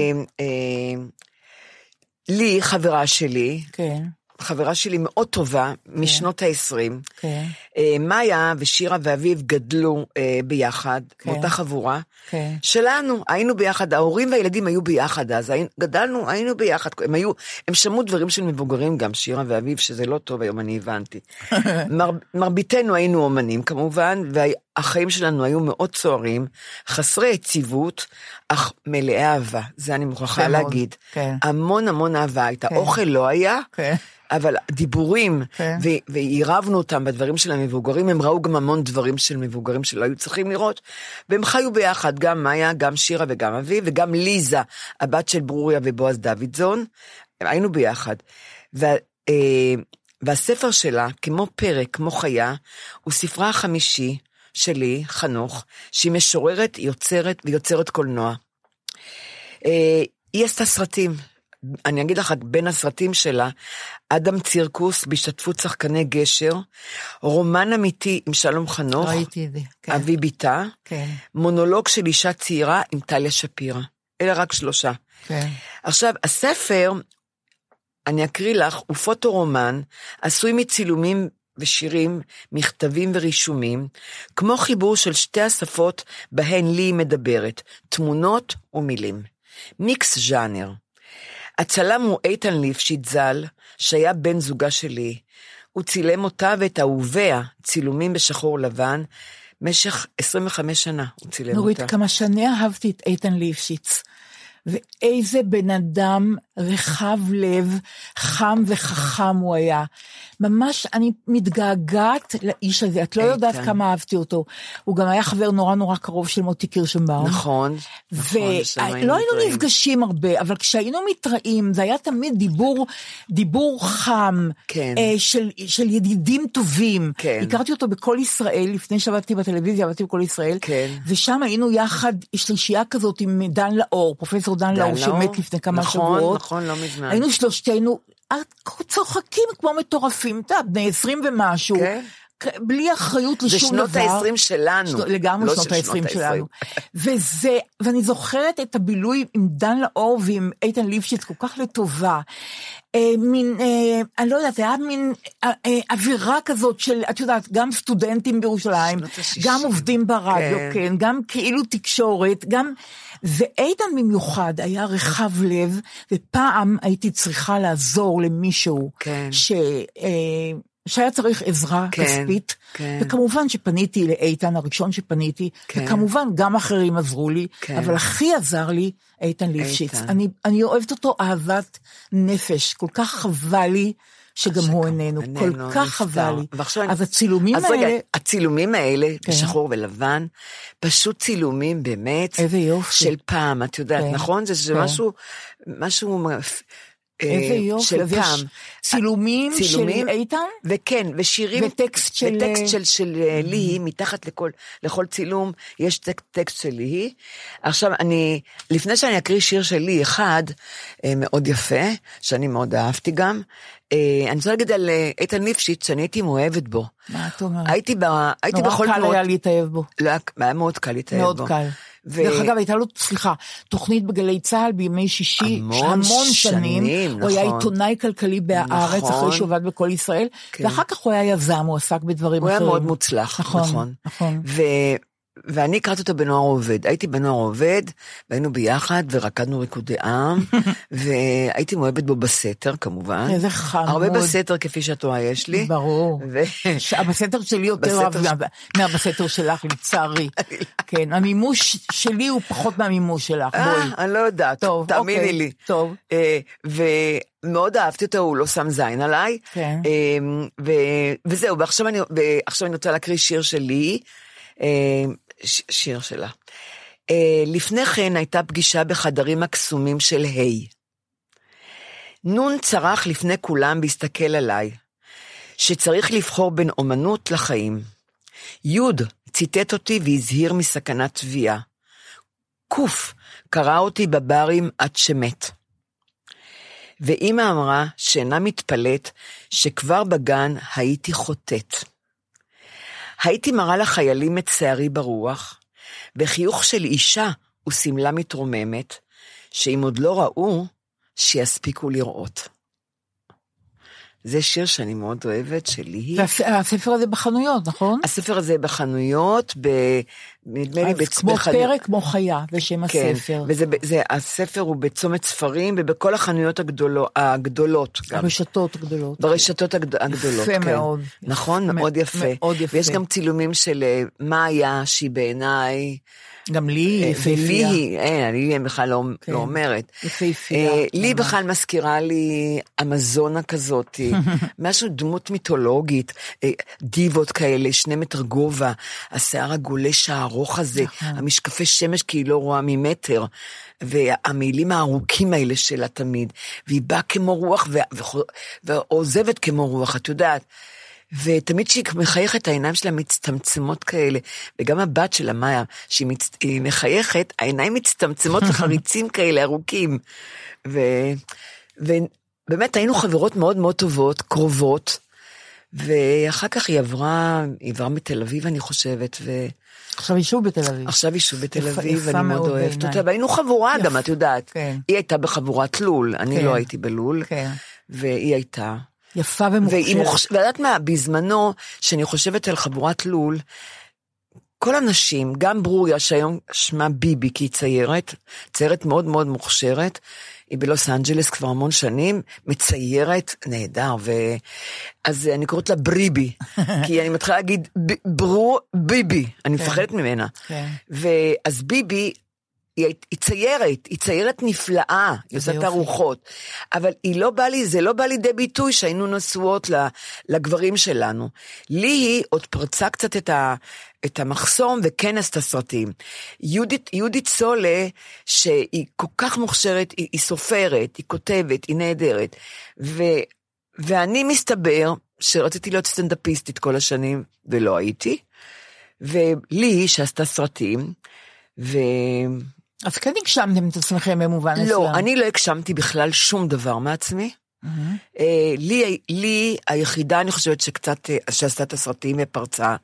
לי, חברה שלי, כן. חברה שלי מאוד טובה, משנות ה-עשרים. כן. מאיה ושירה ואביב גדלו ביחד, באותה חבורה. כן. שלנו, היינו ביחד, ההורים והילדים היו ביחד אז, גדלנו, היינו ביחד. הם היו, הם שמעו דברים של מבוגרים, גם שירה ואביב, שזה לא טוב, היום אני הבנתי. מר, מרביתנו היינו אומנים, כמובן, והחיים שלנו היו מאוד צוערים, חסרי יציבות, אך מלאי אהבה. זה אני מוכרחה להגיד. כן. המון המון אהבה הייתה. כן. אוכל לא היה, כן. אבל דיבורים, כן. ועירבנו אותם בדברים של המבוגרים, הם ראו גם המון דברים של מבוגרים שלא היו צריכים לראות, והם חיו ביחד, גם מאיה, גם שירה וגם אבי, וגם ליזה, הבת של ברוריה ובועז דוידזון, היינו ביחד. וה, והספר שלה, כמו פרק, כמו חיה, הוא ספרה החמישי שלי, חנוך, שהיא משוררת, יוצרת ויוצרת קולנוע. היא עשתה סרטים, אני אגיד לך, בין הסרטים שלה, אדם צירקוס בהשתתפות שחקני גשר, רומן אמיתי עם שלום חנוך, ראיתי את זה, כן. אבי ביטה, כן. מונולוג של אישה צעירה עם טליה שפירא, אלה רק שלושה. כן. עכשיו, הספר, אני אקריא לך, הוא פוטו-רומן, עשוי מצילומים ושירים, מכתבים ורישומים, כמו חיבור של שתי השפות בהן לי מדברת, תמונות ומילים. מיקס ז'אנר. הצלם הוא איתן ליפשיץ ז"ל, שהיה בן זוגה שלי. הוא צילם אותה ואת אהוביה, צילומים בשחור לבן, משך עשרים וחמש שנה הוא צילם נורית, אותה. כמה שני אהבתי את איתן ליפשיץ. ואיזה בן אדם רחב לב, חם וחכם הוא היה. ממש אני מתגעגעת לאיש הזה, את לא יודעת כמה אהבתי אותו. הוא גם היה חבר נורא נורא קרוב של מוטי קירשנבאום. נכון. ולא היינו נפגשים הרבה, אבל כשהיינו מתראים, זה היה תמיד דיבור, דיבור חם, של, של ידידים טובים. הכרתי אותו בכל ישראל, לפני שעבדתי בטלוויזיה, עבדתי בכל ישראל, ושם היינו יחד, שלישייה כזאת עם דן לאור, פרופסור דן לאור, שמת לפני כמה שבועות. נכון, נכון, לא מזמן. היינו שלושתנו, צוחקים כמו מטורפים, אתה, בני עשרים ומשהו, בלי אחריות לשום דבר. זה שנות ה-עשרים שלנו. לגמרי שנות ה-עשרים שלנו. וזה, ואני זוכרת את הבילוי עם דן לאור ועם איתן ליפשיץ כל כך לטובה. מין, אני לא יודעת, היה מין אווירה כזאת של, את יודעת, גם סטודנטים בירושלים, גם עובדים ברדיו, כן, גם כאילו תקשורת, גם, ואיתן במיוחד היה רחב לב, ופעם הייתי צריכה לעזור למישהו, ש... שהיה צריך עזרה כן, כספית, כן. וכמובן שפניתי לאיתן, הראשון שפניתי, כן. וכמובן גם אחרים עזרו לי, כן. אבל הכי עזר לי איתן ליפשיץ. אני, אני אוהבת אותו אהבת נפש, כל כך חבל לי, שגם הוא איננו, כל כך חבל לי. אז הצילומים אז האלה... רגע, הצילומים האלה, כן. בשחור ולבן, פשוט צילומים באמת, איזה יופי. של פעם, את יודעת, כן. נכון? זה, זה כן. משהו, משהו... איזה יופי, של פעם. צילומים, צילומים של איתן? וכן, ושירים, וטקסט של... וטקסט של, של mm-hmm. ליהי, מתחת לכל, לכל צילום, יש טקסט, טקסט של ליהי. עכשיו, אני, לפני שאני אקריא שיר של ליהי אחד, מאוד יפה, שאני מאוד אהבתי גם, אני רוצה להגיד על איתן ליפשיץ, שאני הייתי מאוהבת בו. מה את אומרת? הייתי, ב, הייתי בכל נורא קל היה להתאהב בו. לא, היה מאוד קל להתאהב בו. מאוד קל. ו... דרך אגב, הייתה לו, סליחה, תוכנית בגלי צהל בימי שישי, המון, המון שנים, שנים הוא נכון. היה עיתונאי כלכלי בהארץ, נכון. אחרי שהוא עבד בכל ישראל, כן. ואחר כך הוא היה יזם, הוא עסק בדברים הוא אחרים. הוא היה מאוד מוצלח, נכון. נכון. נכון. ו... ואני קראתי אותו בנוער עובד, הייתי בנוער עובד, והיינו ביחד, ורקדנו ריקודי עם, והייתי מאוהבת בו בסתר, כמובן. איזה חמוד. הרבה בסתר, כפי שאת רואה, יש לי. ברור. הבסתר שלי יותר רב מהבסתר שלך, לצערי. כן, המימוש שלי הוא פחות מהמימוש שלך, בואי. אני לא יודעת, תאמיני לי. טוב. ומאוד אהבתי אותו, הוא לא שם זין עליי. כן. וזהו, ועכשיו אני רוצה להקריא שיר שלי, שיר שלה. לפני כן הייתה פגישה בחדרים הקסומים של היי. נון צרח לפני כולם בהסתכל עליי, שצריך לבחור בין אומנות לחיים. יוד ציטט אותי והזהיר מסכנת תביעה. קוף קרא אותי בברים עד שמת. ואמא אמרה שאינה מתפלט שכבר בגן הייתי חוטאת. הייתי מראה לחיילים את שערי ברוח, וחיוך של אישה וסמלה מתרוממת, שאם עוד לא ראו, שיספיקו לראות. זה שיר שאני מאוד אוהבת, שלי. והספר הזה בחנויות, נכון? הספר הזה בחנויות, נדמה לי... כמו פרק, כמו חיה, בשם הספר. והספר הוא בצומת ספרים, ובכל החנויות הגדולות. ברשתות הגדולות. ברשתות הגדולות, יפה מאוד. נכון? מאוד יפה. מאוד יפה. ויש גם צילומים של מה היה, שהיא בעיניי... גם לי יפהפייה. לי, אין, אני בכלל לא, כן. לא אומרת. יפהפייה. אה, לי בכלל מזכירה לי אמזונה כזאת, משהו דמות מיתולוגית, אה, דיבות כאלה, שני מטר גובה, השיער הגולש הארוך הזה, נכון. המשקפי שמש כי היא לא רואה ממטר, והמילים הארוכים האלה שלה תמיד, והיא באה כמו רוח, ועוזבת כמו רוח, את יודעת. ותמיד שהיא מחייכת, העיניים שלה מצטמצמות כאלה, וגם הבת שלה, מאיה, שהיא מצ... מחייכת, העיניים מצטמצמות לחריצים כאלה, ארוכים. ו... ובאמת היינו חברות מאוד מאוד טובות, קרובות, ואחר כך היא עברה, היא עברה מתל אביב, אני חושבת, ו... עכשיו היא שוב בתל אביב. עכשיו היא שוב בתל אביב, ואני מאוד אוהבת אותה, והיינו חבורה גם, את יודעת. כן. היא הייתה בחבורת לול, אני כן. לא הייתי בלול, כן. והיא הייתה... יפה ומוכשרת. ויודעת מה, בזמנו, שאני חושבת על חבורת לול, כל אנשים, גם ברוריה, שהיום שמה ביבי, כי היא ציירת, ציירת מאוד מאוד מוכשרת, היא בלוס אנג'לס כבר המון שנים, מציירת נהדר, ו... אז אני קוראת לה בריבי, כי אני מתחילה להגיד, ב... ברו ביבי, אני מפחדת ממנה. ואז ביבי, היא, היא ציירת, היא ציירת נפלאה, היא עושה תערוכות, אבל היא לא בא לי, זה לא בא לידי ביטוי שהיינו נשואות לגברים שלנו. לי היא עוד פרצה קצת את, ה, את המחסום וכן עשתה סרטים. יהודית, יהודית סולה, שהיא כל כך מוכשרת, היא, היא סופרת, היא כותבת, היא נהדרת, ו, ואני מסתבר שרציתי להיות סטנדאפיסטית כל השנים, ולא הייתי, ולי שעשתה סרטים, ו... אז כן הגשמתם את עצמכם במובן מסוים. לא, אני לא הגשמתי בכלל שום דבר מעצמי. Mm-hmm. לי, לי היחידה, אני חושבת שקצת, שעשתה את הסרטים ופרצה,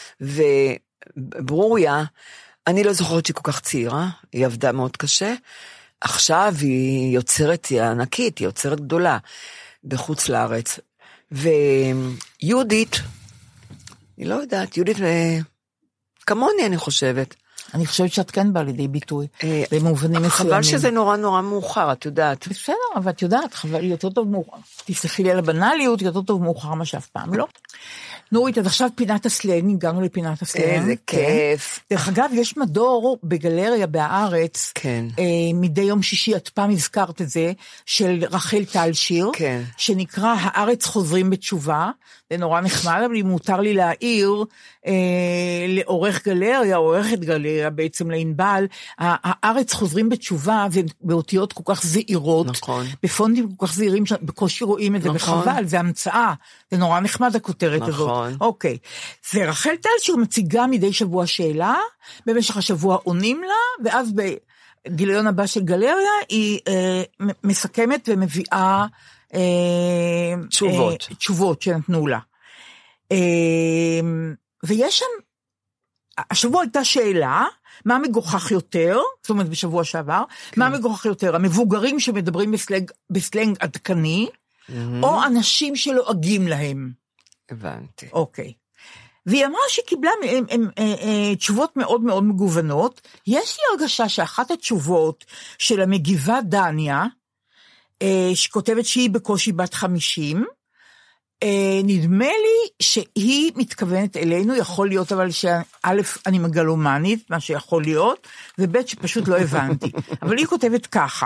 וברוריה, אני לא זוכרת שהיא כל כך צעירה, היא עבדה מאוד קשה, עכשיו היא יוצרת, היא ענקית, היא יוצרת גדולה, בחוץ לארץ, ויהודית, אני לא יודעת, יהודית כמוני אני חושבת, אני חושבת שאת כן באה לידי ביטוי, במובנים מסוימים. חבל שזה נורא נורא מאוחר, את יודעת. בסדר, אבל את יודעת, חבל, יותר טוב מאוחר. תסלחי לי על הבנליות, יותר טוב מאוחר מה שאף פעם לא. נורית, אז עכשיו פינת הסלנג, הגענו לפינת הסלנג. איזה כיף. דרך אגב, יש מדור בגלריה בהארץ, כן. מדי יום שישי, את פעם הזכרת את זה, של רחל טל שיר, כן. שנקרא הארץ חוזרים בתשובה, זה נורא נחמד, אבל אם מותר לי להעיר, לעורך גלריה, עורכת גלריה, בעצם לענבל, הארץ חוזרים בתשובה, ובאותיות כל כך זעירות, נכון. בפונטים כל כך זעירים, בקושי רואים את זה, נכון. בחבל, זה המצאה, זה נורא נחמד הכותרת נכון. הזאת. אוקיי, זה רחל טל שיר מציגה מדי שבוע שאלה, במשך השבוע עונים לה, ואז בגיליון הבא של גלריה, היא אה, מסכמת ומביאה אה, תשובות. אה, תשובות שנתנו לה. אה, ויש שם, השבוע הייתה שאלה, מה מגוחך יותר, זאת אומרת בשבוע שעבר, כן. מה מגוחך יותר, המבוגרים שמדברים בסלנג, בסלנג עדכני, mm-hmm. או אנשים שלועגים להם. הבנתי. אוקיי. והיא אמרה שהיא קיבלה הם, הם, הם, הם, תשובות מאוד מאוד מגוונות, יש לי הרגשה שאחת התשובות של המגיבה דניה, שכותבת שהיא בקושי בת חמישים, נדמה לי שהיא מתכוונת אלינו, יכול להיות אבל שא' אני מגלומנית, מה שיכול להיות, וב' שפשוט לא הבנתי. אבל היא כותבת ככה,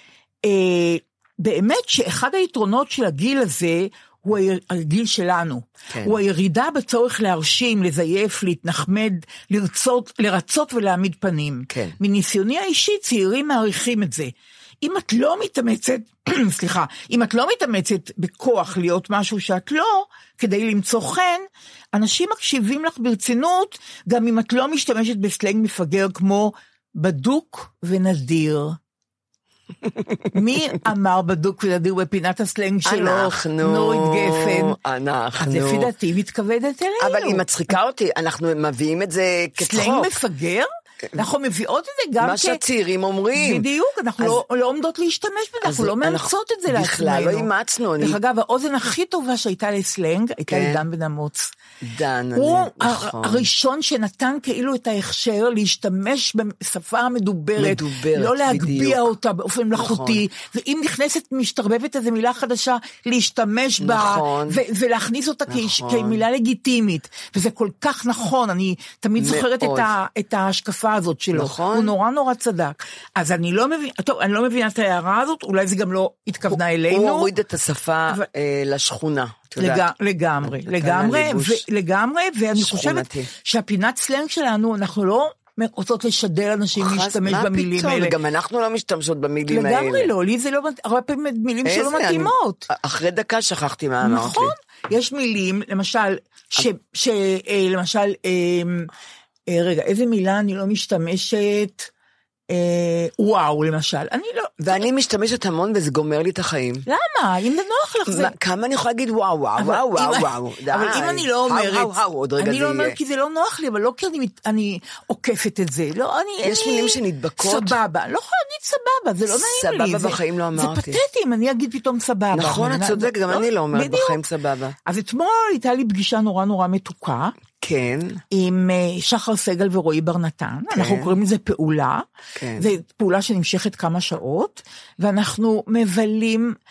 באמת שאחד היתרונות של הגיל הזה, הוא הגיל שלנו, כן. הוא הירידה בצורך להרשים, לזייף, להתנחמד, לרצות, לרצות ולהעמיד פנים. כן. מניסיוני האישי, צעירים מעריכים את זה. אם את לא מתאמצת, סליחה, אם את לא מתאמצת בכוח להיות משהו שאת לא, כדי למצוא חן, אנשים מקשיבים לך ברצינות, גם אם את לא משתמשת בסלנג מפגר כמו בדוק ונדיר. מי אמר בדוק ונדיר בפינת הסלנג שלו? אנחנו, נורית גפן. אנחנו. אז לפי דעתי מתכוודת אלינו. אבל היא מצחיקה אותי, אנחנו מביאים את זה כצחוק. סלנג מפגר? אנחנו מביאות את זה גם מה שהצעירים אומרים. בדיוק, אנחנו לא עומדות להשתמש בזה, אנחנו לא מאמצות את זה לעצמנו. בכלל לא אימצנו. דרך אגב, האוזן הכי טובה שהייתה לסלנג, הייתה לדן בן אמוץ. דן, הוא הראשון שנתן כאילו את ההכשר להשתמש בשפה המדוברת, לא להגביע אותה באופן מלאכותי, ואם נכנסת משתרבבת איזו מילה חדשה, להשתמש בה, ולהכניס אותה כמילה לגיטימית, וזה כל כך נכון, אני תמיד זוכרת את ההשקפה הזאת שלו, הוא נורא נורא צדק, אז אני לא מבינה, טוב, אני לא מבינה את ההערה הזאת, אולי זה גם לא התכוונה אלינו. הוא הוריד את השפה לשכונה. לגמרי, לגמרי, לגמרי, ואני חושבת שהפינת סלנג שלנו, אנחנו לא רוצות לשדל אנשים להשתמש במילים האלה. גם אנחנו לא משתמשות במילים האלה. לגמרי לא, לי זה לא, הרבה פעמים מילים שלא מתאימות. אחרי דקה שכחתי מה אמרת לי. נכון, יש מילים, למשל, למשל, רגע, איזה מילה אני לא משתמשת, וואו, למשל, אני לא... ואני משתמשת המון וזה גומר לי את החיים. למה? אם זה נוח לך זה... כמה אני יכולה להגיד וואו, וואו, וואו, וואו, אבל אם אני לא אומרת, אני לא אומרת כי זה לא נוח לי, אבל לא כי אני עוקפת את זה. יש מילים שנדבקות. סבבה, לא יכולה להגיד סבבה, זה לא נעים לי. סבבה בחיים לא אמרתי. זה פתטי אם אני אגיד פתאום סבבה. נכון, את צודק, גם אני לא אומרת בחיים סבבה. אז אתמול הייתה לי פגישה נורא נורא מתוקה. כן. עם שחר סגל ורועי בר נתן, כן. אנחנו קוראים לזה פעולה, כן. זו פעולה שנמשכת כמה שעות, ואנחנו מבלים,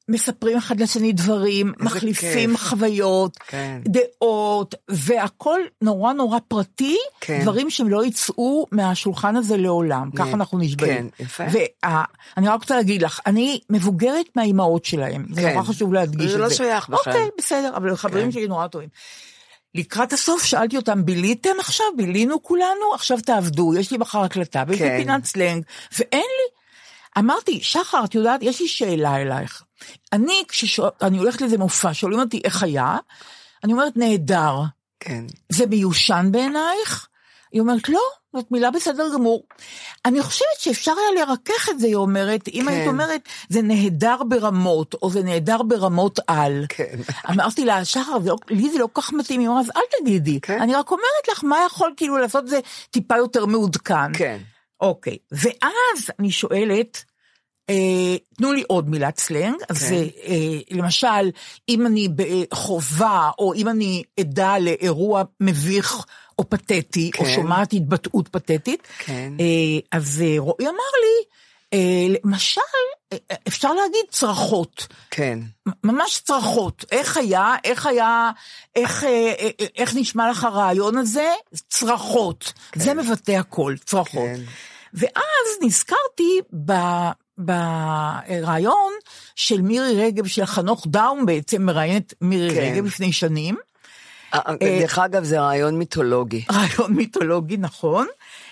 מספרים אחד לשני דברים, מחליפים כיף. חוויות, כן. דעות, והכל נורא נורא פרטי, כן. דברים שהם לא יצאו מהשולחן הזה לעולם, ככה אנחנו נשבעים. כן, יפה. ואני רק רוצה להגיד לך, אני מבוגרת מהאימהות שלהם, כן. זה נורא חשוב להדגיש את זה. זה לא שייך בכלל. אוקיי, בסדר, אבל חברים כן. שלי נורא טובים. לקראת הסוף שאלתי אותם, ביליתם עכשיו? בילינו כולנו? עכשיו תעבדו, יש לי מחר הקלטה, ויש לי פינת סלנג, ואין לי. אמרתי, שחר, את יודעת, יש לי שאלה אלייך. אני, כשאני הולכת לזה מופע, שואלים אותי איך היה, אני אומרת, נהדר. כן. זה מיושן בעינייך? היא אומרת, לא, זאת מילה בסדר גמור. אני חושבת שאפשר היה לרכך את זה, היא אומרת, אם היית אומרת, זה נהדר ברמות, או זה נהדר ברמות על. כן. אמרתי לה, שחר, לי זה לא כך מתאים, היא אומרת, אז אל תגידי. כן. אני רק אומרת לך, מה יכול כאילו לעשות את זה טיפה יותר מעודכן. כן. אוקיי, ואז אני שואלת, אה, תנו לי עוד מילת סלנג, אז כן. אה, למשל, אם אני בחובה, או אם אני עדה לאירוע מביך, או פתטי, כן. או שומעת התבטאות פתטית, כן. אה, אז רועי אמר לי, אה, למשל, אפשר להגיד צרכות. כן. ממש צרכות. איך היה, איך היה, איך, אה, איך נשמע לך הרעיון הזה? צרכות. כן. זה מבטא הכל, צרכות. כן. ואז נזכרתי ב... ברעיון של מירי רגב, של חנוך דאום בעצם מראיינת מירי כן. רגב לפני שנים. דרך אגב זה רעיון מיתולוגי. רעיון מיתולוגי, נכון.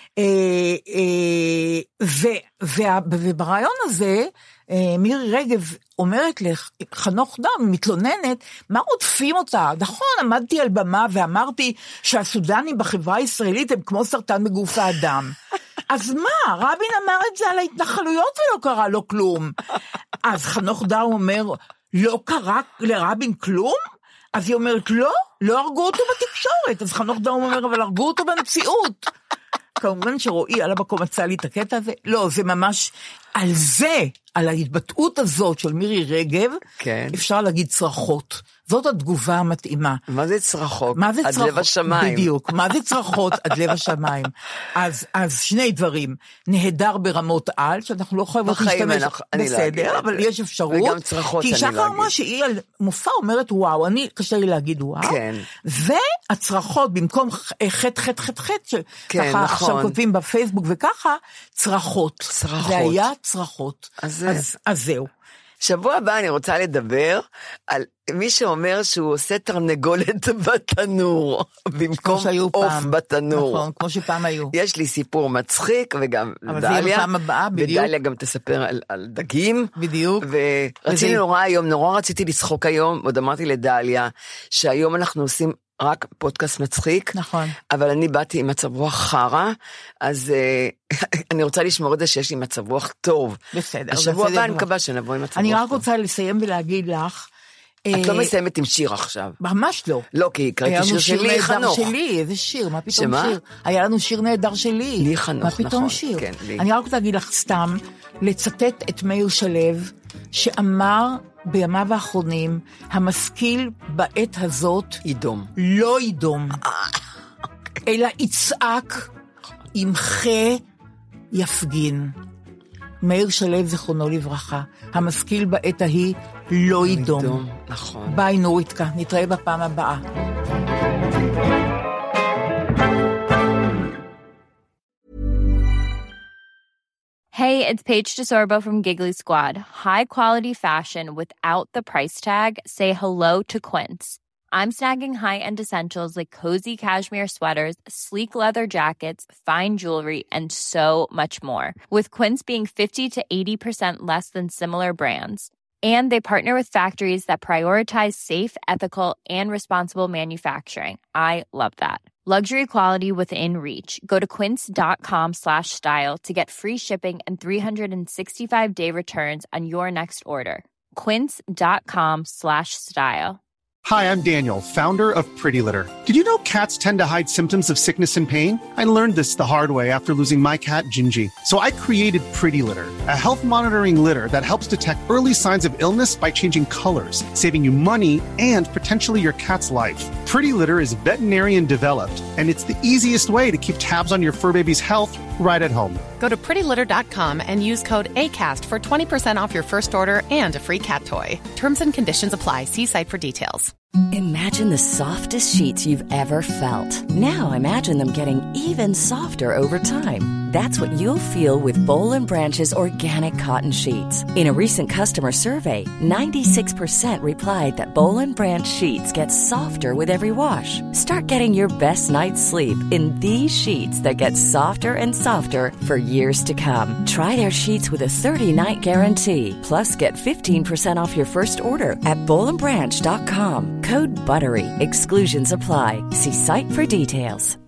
וברעיון הזה, מירי רגב אומרת לך, חנוך דאום מתלוננת, מה עודפים אותה? נכון, עמדתי על במה ואמרתי שהסודנים בחברה הישראלית הם כמו סרטן בגוף האדם. אז מה? רבין אמר את זה על ההתנחלויות ולא קרה לו כלום. אז חנוך דאום אומר, לא קרה לרבין כלום? אז היא אומרת, לא, לא הרגו אותו בתקשורת. אז חנוך דאום אומר, אבל הרגו אותו במציאות. כמובן שרועי על המקום מצא לי את הקטע הזה. לא, זה ממש על זה, על ההתבטאות הזאת של מירי רגב, כן. אפשר להגיד צרכות. זאת התגובה המתאימה. מה זה צרכות? מה זה עד צרכות? לב השמיים. בדיוק, מה זה צרכות עד לב השמיים? אז, אז שני דברים, נהדר ברמות על, שאנחנו לא חייבות להשתמש, בסדר, אבל יש אפשרות. וגם צרכות אני לא אגיד. כי שחר אמרה שהיא על מופע אומרת וואו, אני קשה לי להגיד וואו. כן. והצרכות, במקום חט חט חט חט, שככה עכשיו כותבים בפייסבוק וככה, צרכות. צרכות. זה היה צרכות. אז, אז, אז זהו. שבוע הבא אני רוצה לדבר על מי שאומר שהוא עושה תרנגולת בתנור, במקום עוף בתנור. נכון, כמו שפעם היו. יש לי סיפור מצחיק, וגם דליה, ודליה גם תספר על, על דגים. בדיוק. ורציתי נורא היום, נורא רציתי לצחוק היום, עוד אמרתי לדליה, שהיום אנחנו עושים רק פודקאסט מצחיק, נכון. אבל אני באתי עם מצב רוח חרה, אז uh, אני רוצה לשמור את זה שיש לי מצב רוח טוב. בסדר. השבוע הבא אני מקווה שנבוא עם מצב רוח טוב. אני רק רוצה לסיים ולהגיד לך, את לא מסיימת עם שיר עכשיו. ממש לא. לא, כי קראתי שיר שלי, לי חנוך. שלי, איזה שיר, מה פתאום שיר? היה לנו שיר נהדר שלי. לי חנוך, נכון. מה פתאום שיר? אני רק רוצה להגיד לך סתם, לצטט את מאיר שלו, שאמר בימיו האחרונים, המשכיל בעת הזאת, ידום. לא ידום, אלא יצעק, ימחה, יפגין. מאיר שלו זכרונו לברכה, המשכיל בעת ההיא לא ידום. נכון. ביי נוריתקה, נתראה בפעם הבאה. Hey, it's Paige DeSorbo from Giggly Squad. High quality fashion without the price tag. Say hello to Quince. I'm snagging high-end essentials like cozy cashmere sweaters, sleek leather jackets, fine jewelry, and so much more. With Quince being fifty to eighty percent less than similar brands. And they partner with factories that prioritize safe, ethical, and responsible manufacturing. I love that. Luxury quality within reach. Go to quince.com slash style to get free shipping and three sixty-five day returns on your next order. Quince.com slash style. Hi, I'm Daniel, founder of Pretty Litter. Did you know cats tend to hide symptoms of sickness and pain? I learned this the hard way after losing my cat, Gingy. So I created Pretty Litter, a health monitoring litter that helps detect early signs of illness by changing colors, saving you money and potentially your cat's life. Pretty Litter is veterinarian developed, and it's the easiest way to keep tabs on your fur baby's health right at home. Go to pretty litter dot com and use code ACAST for twenty percent off your first order and a free cat toy. Terms and conditions apply. See site for details. Imagine the softest sheets you've ever felt. Now imagine them getting even softer over time. That's what you'll feel with Boll and Branch's organic cotton sheets. In a recent customer survey, ninety-six percent replied that Boll and Branch sheets get softer with every wash. Start getting your best night's sleep in these sheets that get softer and softer for years to come. Try their sheets with a thirty-night guarantee. Plus, get fifteen percent off your first order at boll and branch dot com. Code BUTTERY. Exclusions apply. See site for details.